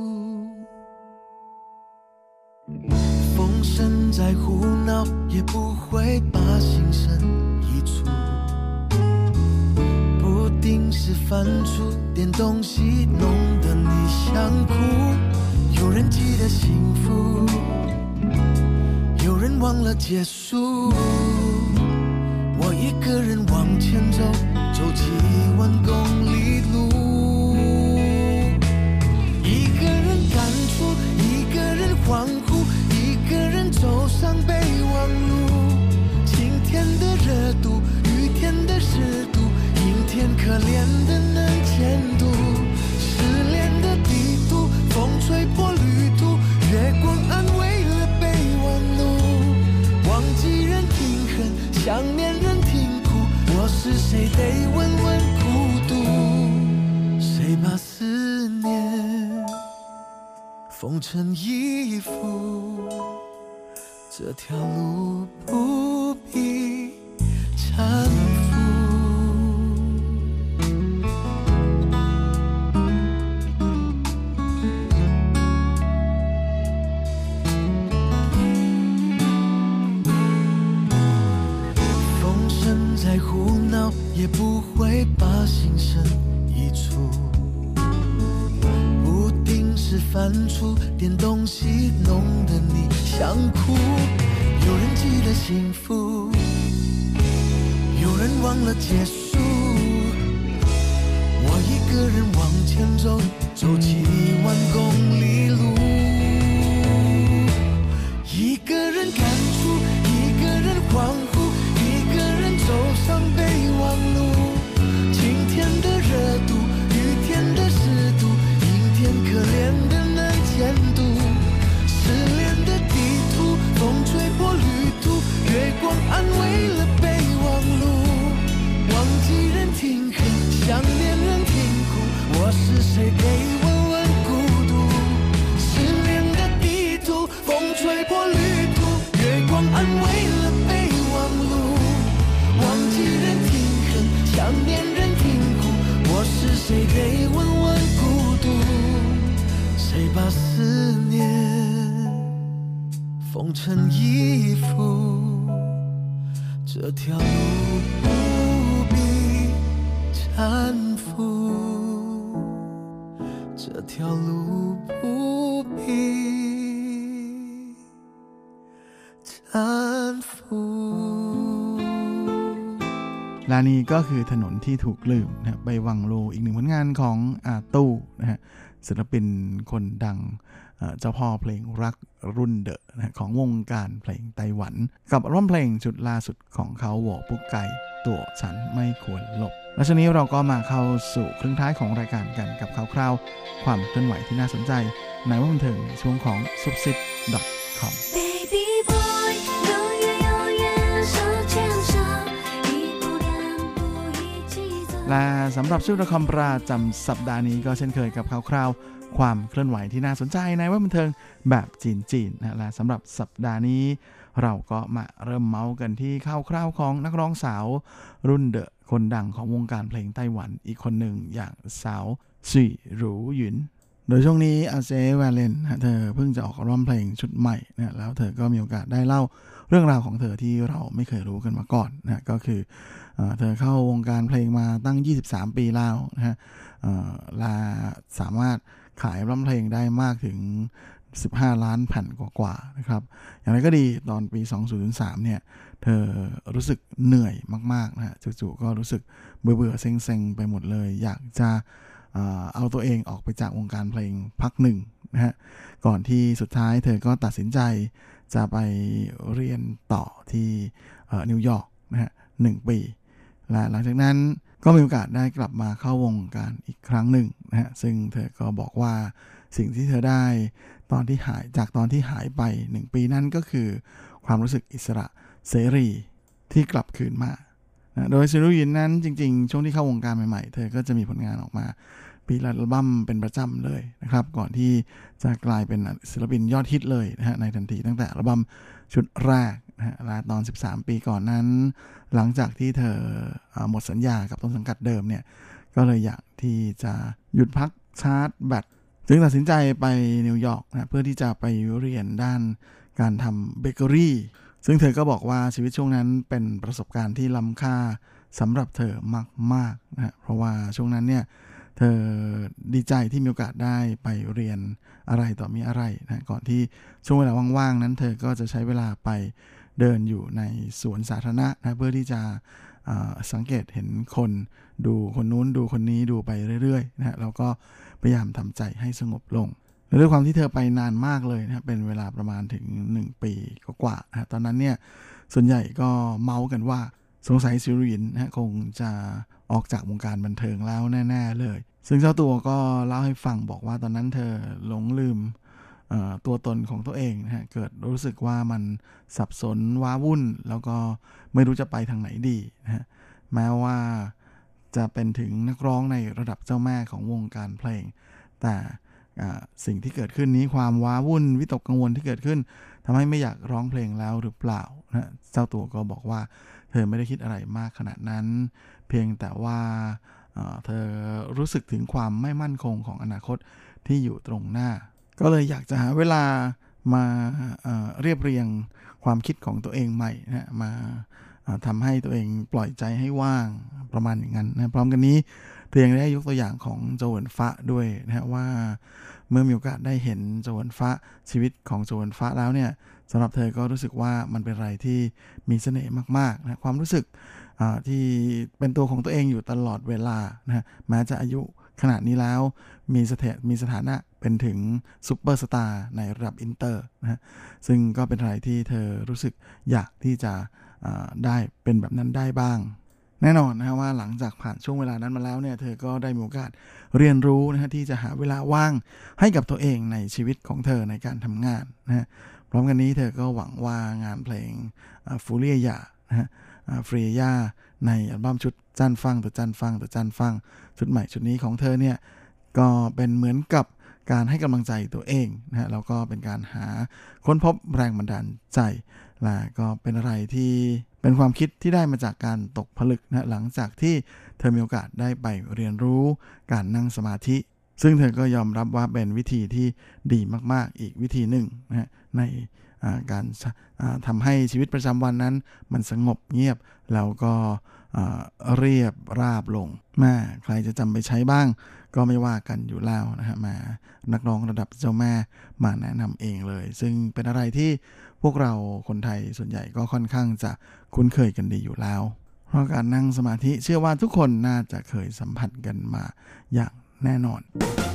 风声再胡闹，也不会把心声移除。不定是翻出点东西，弄得你想哭。有人记得幸福，有人忘了结束。我一个人往前走，走几万公里路。一个人感触，一个人欢呼，一个人走上备忘录。晴天的热度，雨天的湿度，阴天可怜的能见度。失恋的地图，风吹破旅途，月光安慰了备忘录。忘记人听恨，想念人听哭，我是谁得问问孤独。谁把思念缝成衣服，这条路不必搀扶。风声再胡闹，也不会把心声移除。不定是翻出点东西，弄得你想哭。有人记得幸福，有人忘了结束。我一个人往前走，走几万公里路。一个人感触，一个人欢呼，一个人走上备忘录。晴天的热度，雨天的湿度，阴天可怜的能见度。失恋的地图，风吹破旅途，月光安慰了备忘录。忘记人听恨，想念人听哭，我是谁得问问孤独。失恋的地图，风吹破旅途，月光安慰了备忘录。忘记人听恨，想念人听哭，我是谁得问问孤独。谁把思念缝成衣服，这条路不必搀扶，这条路不必搀扶และนี่ก็คือถนนที่ถูกลืมนะใบวังโลอีกหนึ่งผลงานของอาตู้นะฮะศิลปินคนดังเจ้าพ่อเพลงรักรุ่นเดอะนะของวงการเพลงไต้หวันกับอัลบั้มเพลงชุดล่าสุดของเขาหัวปุกไก่ตัวฉันไม่ควรหลบและช่วงนี้เราก็มาเข้าสู่ครึ่งท้ายของรายการกันกับคร่าวๆความเคลื่อนไหวที่น่าสนใจในว่าบันเทิงในช่วงของ subsit.comและสำหรับชื่อละครประจำสัปดาห์นี้ก็เช่นเคยกับคร่าวๆความเคลื่อนไหวที่น่าสนใจในแวดวงบันเทิงแบบจีนๆนะและสำหรับสัปดาห์นี้เราก็มาเริ่มเมาส์กันที่คร่าวๆของนักร้องสาวรุ่นเดอะคนดังของวงการเพลงไต้หวันอีกคนหนึ่งอย่างสาวซี่หรูหยุนโดยช่วงนี้อาเจแวเลนเธอเพิ่งจะออกอัลบั้มเพลงชุดใหม่นะแล้วเธอก็มีโอกาสได้เล่าเรื่องราวของเธอที่เราไม่เคยรู้กันมาก่อนนะก็คือเธอเข้าวงการเพลงมาตั้ง23ปีแล้วนะฮะและสามารถขายอัลบั้มเพลงได้มากถึง15ล้านแผ่นกว่าๆนะครับอย่างไรก็ดีตอนปี2003เนี่ยเธอรู้สึกเหนื่อยมากๆนะฮะจู่ๆก็รู้สึกเบื่อๆเซ็งๆไปหมดเลยอยากจะเอาตัวเองออกไปจากวงการเพลงพักหนึ่งนะฮะก่อนที่สุดท้ายเธอก็ตัดสินใจจะไปเรียนต่อที่นิวยอร์กนะฮะ1 ปีและหลังจากนั้นก็มีโอกาสได้กลับมาเข้าวงการอีกครั้งหนึ่งนะฮะซึ่งเธอก็บอกว่าสิ่งที่เธอได้ตอนที่หายไป1 ปีนั้นก็คือความรู้สึกอิสระเสรีที่กลับคืนมานะโดยซิรุยินนั้นจริงๆช่วงที่เข้าวงการใหม่ๆเธอก็จะมีผลงานออกมาปีละอัลบั้มเป็นประจำเลยนะครับก่อนที่จะกลายเป็นศิลปินยอดฮิตเลยนะฮะในทันทีตั้งแต่อัลบั้มชุดแรกนะฮะและตอน13 ปีก่อนนั้นหลังจากที่เธอหมดสัญญากับต้นสังกัดเดิมเนี่ยก็เลยอยากที่จะหยุดพักชาร์จแบตจึงตัดสินใจไปนิวยอร์กนะเพื่อที่จะไปเรียนด้านการทำเบเกอรี่ซึ่งเธอก็บอกว่าชีวิตช่วงนั้นเป็นประสบการณ์ที่ล้ำค่าสำหรับเธอมากๆนะเพราะว่าช่วงนั้นเนี่ยเธอดีใจที่มีโอกาสได้ไปเรียนอะไรต่อมีอะไรนะก่อนที่ช่วงเวลาว่างๆนั้นเธอก็จะใช้เวลาไปเดินอยู่ในสวนสาธารณะนะเพื่อที่จะสังเกตเห็นคนดูคนนู้นดูคนนี้ดูไปเรื่อยๆนะแล้วก็พยายามทำใจให้สงบลงและด้วยความที่เธอไปนานมากเลยนะเป็นเวลาประมาณถึง1 ปีกว่าๆนะตอนนั้นเนี่ยส่วนใหญ่ก็เมาส์กันว่าสงสัยซิรินนะคงจะออกจากวงการบันเทิงแล้วแน่ๆเลยซึ่งเจ้าตัวก็เล่าให้ฟังบอกว่าตอนนั้นเธอหลงลืมตัวตนของตัวเองนะฮะเกิดรู้สึกว่ามันสับสนว้าวุ่นแล้วก็ไม่รู้จะไปทางไหนดีนะฮะแม้ว่าจะเป็นถึงนักร้องในระดับเจ้าแม่ของวงการเพลงแต่สิ่งที่เกิดขึ้นนี้ความว้าวุ่นวิตกกังวลที่เกิดขึ้นทำให้ไม่อยากร้องเพลงแล้วหรือเปล่านะเจ้าตัวก็บอกว่าเธอไม่ได้คิดอะไรมากขนาดนั้นเพียงแต่ว่าเธอรู้สึกถึงความไม่มั่นคงของอนาคตที่อยู่ตรงหน้าก็เลยอยากจะหาเวลามาเรียบเรียงความคิดของตัวเองใหม่นะมาทำให้ตัวเองปล่อยใจให้ว่างประมาณอย่างนั้นนะพร้อมกันนี้เธอยังได้ยกตัวอย่างของโจวอนฟ้าด้วยนะว่าเมื่อมีโอกาสได้เห็นโจวอนฟ้าชีวิตของโจวอนฟ้าแล้วเนี่ยสำหรับเธอก็รู้สึกว่ามันเป็นอะไรที่มีเสน่ห์มากๆนะความรู้สึกที่เป็นตัวของตัวเองอยู่ตลอดเวลานะแม้จะอายุขนาดนี้แล้วมีสถานะเป็นถึงซุปเปอร์สตาร์ในระดับอินเตอร์นะซึ่งก็เป็นอะไรที่เธอรู้สึกอยากที่จะได้เป็นแบบนั้นได้บ้างแน่นอนนะว่าหลังจากผ่านช่วงเวลานั้นมาแล้วเนี่ยเธอก็ได้มีโอกาสเรียนรู้นะฮะที่จะหาเวลาว่างให้กับตัวเองในชีวิตของเธอในการทำงานนะฮะพร้อมกันนี้เธอก็หวังว่างานเพลงฟูเรียยานะฮะฟรียาในอัลบั้มชุดจันฟังตัวจันฟังตัวจันฟังชุดใหม่ชุดนี้ของเธอเนี่ยก็เป็นเหมือนกับการให้กำลังใจตัวเองนะฮะแล้วก็เป็นการหาค้นพบแรงบันดาลใจและก็เป็นอะไรที่เป็นความคิดที่ได้มาจากการตกผลึกนะหลังจากที่เธอมีโอกาสได้ไปเรียนรู้การนั่งสมาธิซึ่งเธอก็ยอมรับว่าเป็นวิธีที่ดีมากๆอีกวิธีหนึ่งนะฮะในการทำให้ชีวิตประจำวันนั้นมันสงบเงียบแล้วก็เรียบราบลงใครจะจำไปใช้บ้างก็ไม่ว่ากันอยู่แล้วนะฮะมานักร้องระดับเจ้าแม่มาแนะนำเองเลยซึ่งเป็นอะไรที่พวกเราคนไทยส่วนใหญ่ก็ค่อนข้างจะคุ้นเคยกันดีอยู่แล้วเพราะการนั่งสมาธิเชื่อว่าทุกคนน่าจะเคยสัมผัสกันมาอย่างแน่นอน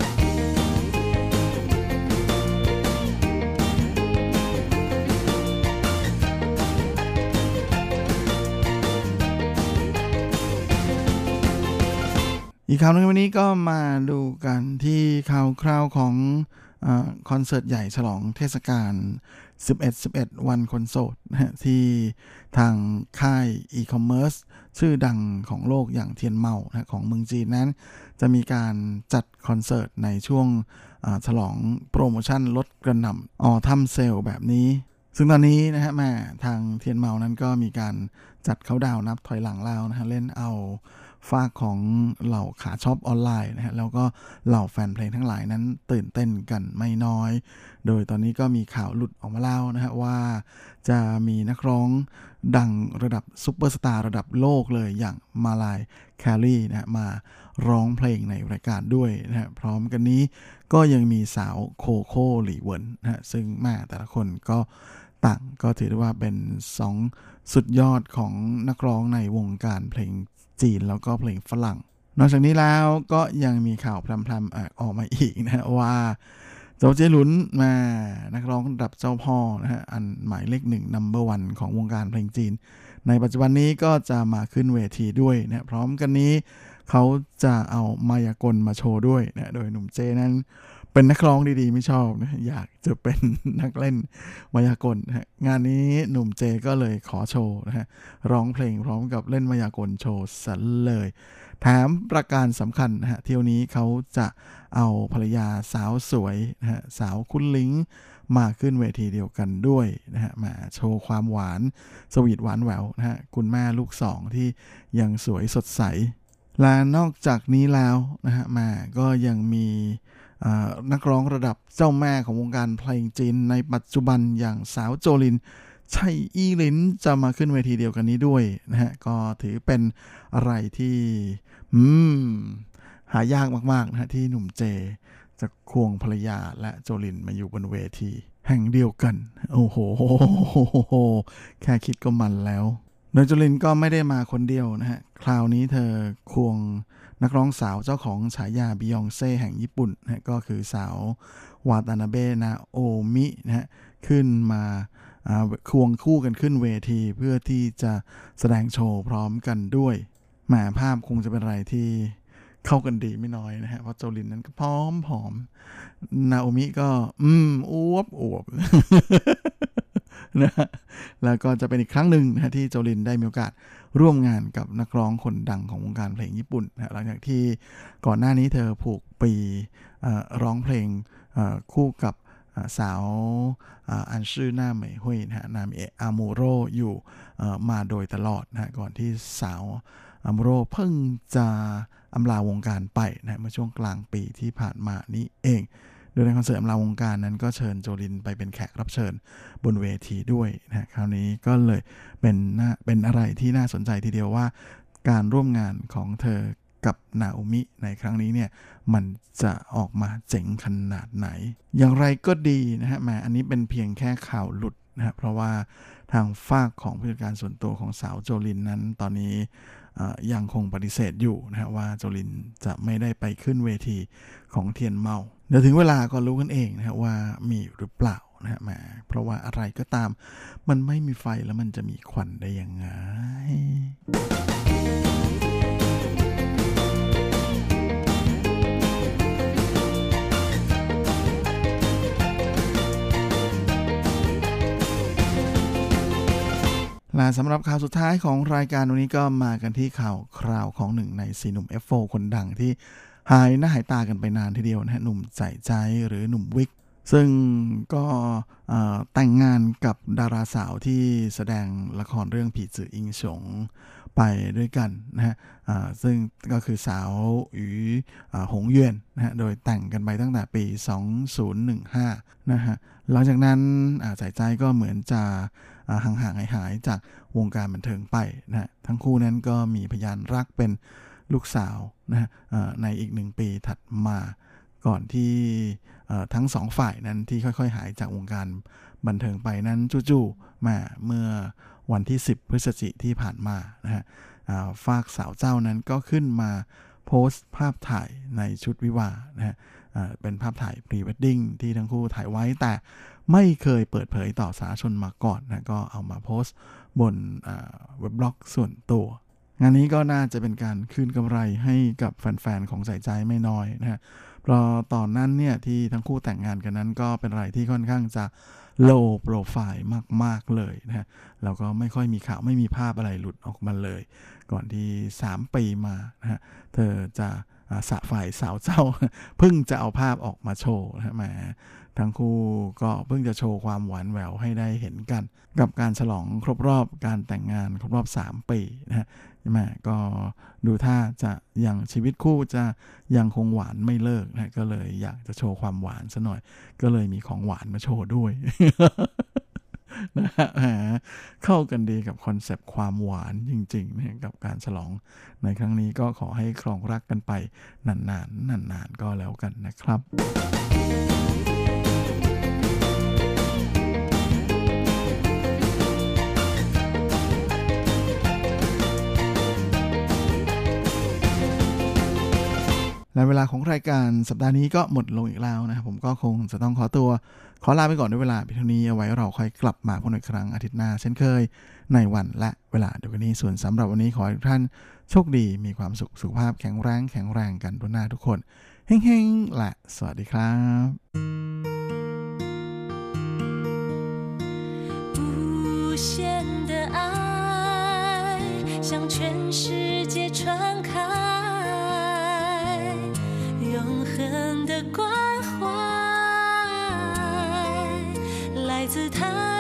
อีกคราวนึงวันนี้ก็มาดูกันที่ข่าวคราวของคอนเสิร์ตใหญ่ฉลองเทศกาล11วันคนโสดนะฮะที่ทางค่ายอีคอมเมิร์ซชื่อดังของโลกอย่างเทียนเมานะของเมืองจีนนั้นจะมีการจัดคอนเสิร์ตในช่วงฉลองโปรโมชั่นลดกระหน่ำทัมเซลแบบนี้ซึ่งตอนนี้นะฮะทางเทียนเมานั้นก็มีการจัดเขาดาวนับถอยหลังแล้วนะฮะเล่นเอาฝากของเหล่าขาช็อปออนไลน์นะฮะแล้วก็เหล่าแฟนเพลงทั้งหลายนั้นตื่นเต้นกันไม่น้อยโดยตอนนี้ก็มีข่าวหลุดออกมาแล้วนะฮะว่าจะมีนักร้องดังระดับซุปเปอร์สตาร์ระดับโลกเลยอย่างมาลายแคลรี่นะฮะมาร้องเพลงในรายการด้วยนะฮะพร้อมกันนี้ก็ยังมีสาวโคโค่หลี่เหวินนะฮะซึ่งแต่ละคนก็ต่างก็ถือได้ว่าเป็น2สุดยอดของนักร้องในวงการเพลงจีนแล้วก็เพลงฝรั่งนอกจากนี้แล้วก็ยังมีข่าวพลัมๆออกมาอีกนะว่าโจเจหลุนนักร้องระดับเจ้าพ่อนะฮะอันหมายเลข1 number 1ของวงการเพลงจีนในปัจจุบันนี้ก็จะมาขึ้นเวทีด้วยนะพร้อมกันนี้เขาจะเอามายากลมาโชว์ด้วยนะโดยหนุ่มเจนั้นเป็นนักร้องดีๆไม่ชอบนะอยากจะเป็นนักเล่นมายากลนะฮะงานนี้หนุ่มเจก็เลยขอโชว์นะฮะร้องเพลงพร้อมกับเล่นมายากลโชว์ซะเลยแถมประการสำคัญนะฮะเที่ยวนี้เขาจะเอาภรรยาสาวสวยนะฮะสาวคุณลิงมาขึ้นเวทีเดียวกันด้วยนะฮะมาโชว์ความหวานสวีทหวานแหววนะฮะคุณแม่ลูก2ที่ยังสวยสดใสและนอกจากนี้แล้วนะฮะมาก็ยังมีนักร้องระดับเจ้าแม่ของวงการเพลงจีนในปัจจุบันอย่างสาวโจลินไช่อี้หลินจะมาขึ้นเวทีเดียวกันนี้ด้วยนะฮะก็ถือเป็นอะไรที่หายากมากๆนะฮะที่หนุ่มเจจะควงภรรยาและโจลินมาอยู่บนเวทีแห่งเดียวกันโอ้โหแค่คิดก็มันแล้วโดยโจลินก็ไม่ได้มาคนเดียวนะฮะคราวนี้เธอควงนักร้องสาวเจ้าของฉายาบิยองเซ่แห่งญี่ปุ่นนะก็คือสาววาตานาเบะนาโอมินะฮะขึ้นมาควงคู่กันขึ้นเวทีเพื่อที่จะแสดงโชว์พร้อมกันด้วยแหมภาพคงจะเป็นอะไรที่เข้ากันดีไม่น้อยนะฮะเพราะโจลินนั้นก็ผอมนาโอมิก็อวบนะแล้วก็จะเป็นอีกครั้งหนึ่งนะที่โจลินได้มีโอกาสร่วมงานกับนักร้องคนดังของวงการเพลงญี่ปุ่นนะหลังจากที่ก่อนหน้านี้เธอผูกปีร้องเพลงคู่กับสาวอันชื่อหน้าเหมยหุยนะฮะนามอามูโรอยู่มาโดยตลอดนะก่อนที่สาวอามูโรเพิ่งจะอำลาวงการไปนะเมื่อช่วงกลางปีที่ผ่านมานี้เองโดยในคอนเสิร์ตอำลาวงการนั้นก็เชิญโจลินไปเป็นแขกรับเชิญบนเวทีด้วยนะคราวนี้ก็เลยเป็นอะไรที่น่าสนใจทีเดียวว่าการร่วมงานของเธอกับนาโอมิในครั้งนี้เนี่ยมันจะออกมาเจ๋งขนาดไหนอย่างไรก็ดีนะฮะอันนี้เป็นเพียงแค่ข่าวหลุดนะฮะเพราะว่าทางฝั่งของผู้จัดการส่วนตัวของสาวโจลินนั้นตอนนี้ยังคงปฏิเสธอยู่นะฮะว่าโจลินจะไม่ได้ไปขึ้นเวทีของเทียนเมาเดี๋ยวถึงเวลาก็รู้กันเองนะฮะว่ามีหรือเปล่านะฮะเพราะว่าอะไรก็ตามมันไม่มีไฟแล้วมันจะมีควันได้ยังไงและสำหรับข่าวสุดท้ายของรายการวันนี้ก็มากันที่ข่าวคราวของหนึ่งใน4หนุ่ม F4 คนดังที่หายหน้าหายตากันไปนานทีเดียวนะฮะหนุ่มใจหรือหนุ่มวิกซึ่งก็แต่งงานกับดาราสาวที่แสดงละครเรื่องผีจื่ออิงฉงไปด้วยกันนะฮะซึ่งก็คือสาวอู๋หงเยี่ยนนะฮะโดยแต่งกันไปตั้งแต่ปี2015นะฮะหลังจากนั้นใจก็เหมือนจะห่างหายจากวงการบันเทิงไปนะฮะทั้งคู่นั้นก็มีพยานรักเป็นลูกสาวนะฮะในอีก1ปีถัดมาก่อนที่ทั้งสองฝ่ายนั้นที่ค่อยๆหายจากวงการบันเทิงไปนั้นจู่ๆมาเมื่อวันที่10พฤศจิกายนที่ผ่านมานะฮะฝากสาวเจ้านั้นก็ขึ้นมาโพสต์ภาพถ่ายในชุดวิวาห์นะฮะเป็นภาพถ่ายพรีเวดดิ้งที่ทั้งคู่ถ่ายไว้แต่ไม่เคยเปิดเผยต่อสาธารณชนมาก่อนนะก็เอามาโพสต์บนเว็บบล็อกส่วนตัวงานนี้ก็น่าจะเป็นการคืนกำไรให้กับแฟนๆของใจไม่น้อยนะฮะเพราะตอนนั้นเนี่ยที่ทั้งคู่แต่งงานกันนั้นก็เป็นอะไรที่ค่อนข้างจะlow profile มากๆเลยนะฮะแล้วก็ไม่ค่อยมีข่าวไม่มีภาพอะไรหลุดออกมาเลยก่อนที่3ปีมานะฮะเธอจะฝ่ายสาวเจ้าเพิ่งจะเอาภาพออกมาโชว์นะฮะทั้งคู่ก็เพิ่งจะโชว์ความหวานแหววให้ได้เห็นกันกับการฉลองครบรอบการแต่งงานครบรอบ3ปีนะฮะก็ดูท่าจะยังชีวิตคู่จะยังคงหวานไม่เลิกนะก็เลยอยากจะโชว์ความหวานซะหน่อยก็เลยมีของหวานมาโชว์ด้วย นะฮะเข้ากันดีกับคอนเซปต์ความหวานจริงๆนะกับการฉลองในครั้งนี้ก็ขอให้ครองรักกันไปนานๆก็แล้วกันนะครับ และเวลาของรายการสัปดาห์นี้ก็หมดลงอีกแล้วนะครับผมก็คงจะต้องขอลาไปก่อนด้วยเวลาเพียงเท่านี้เอาไว้เราค่อยกลับมาพบกันอีกครั้งอาทิตย์หน้าเช่นเคยในวันและเวลาเดียวกันนี้ส่วนสำหรับวันนี้ขอให้ทุกท่านโชคดีมีความสุขสุขภาพแข็งแรงกันทุกหน้าทุกคนเฮ้งๆและสวัสดีครับ无限的爱向全世界传开永恒的关怀来自他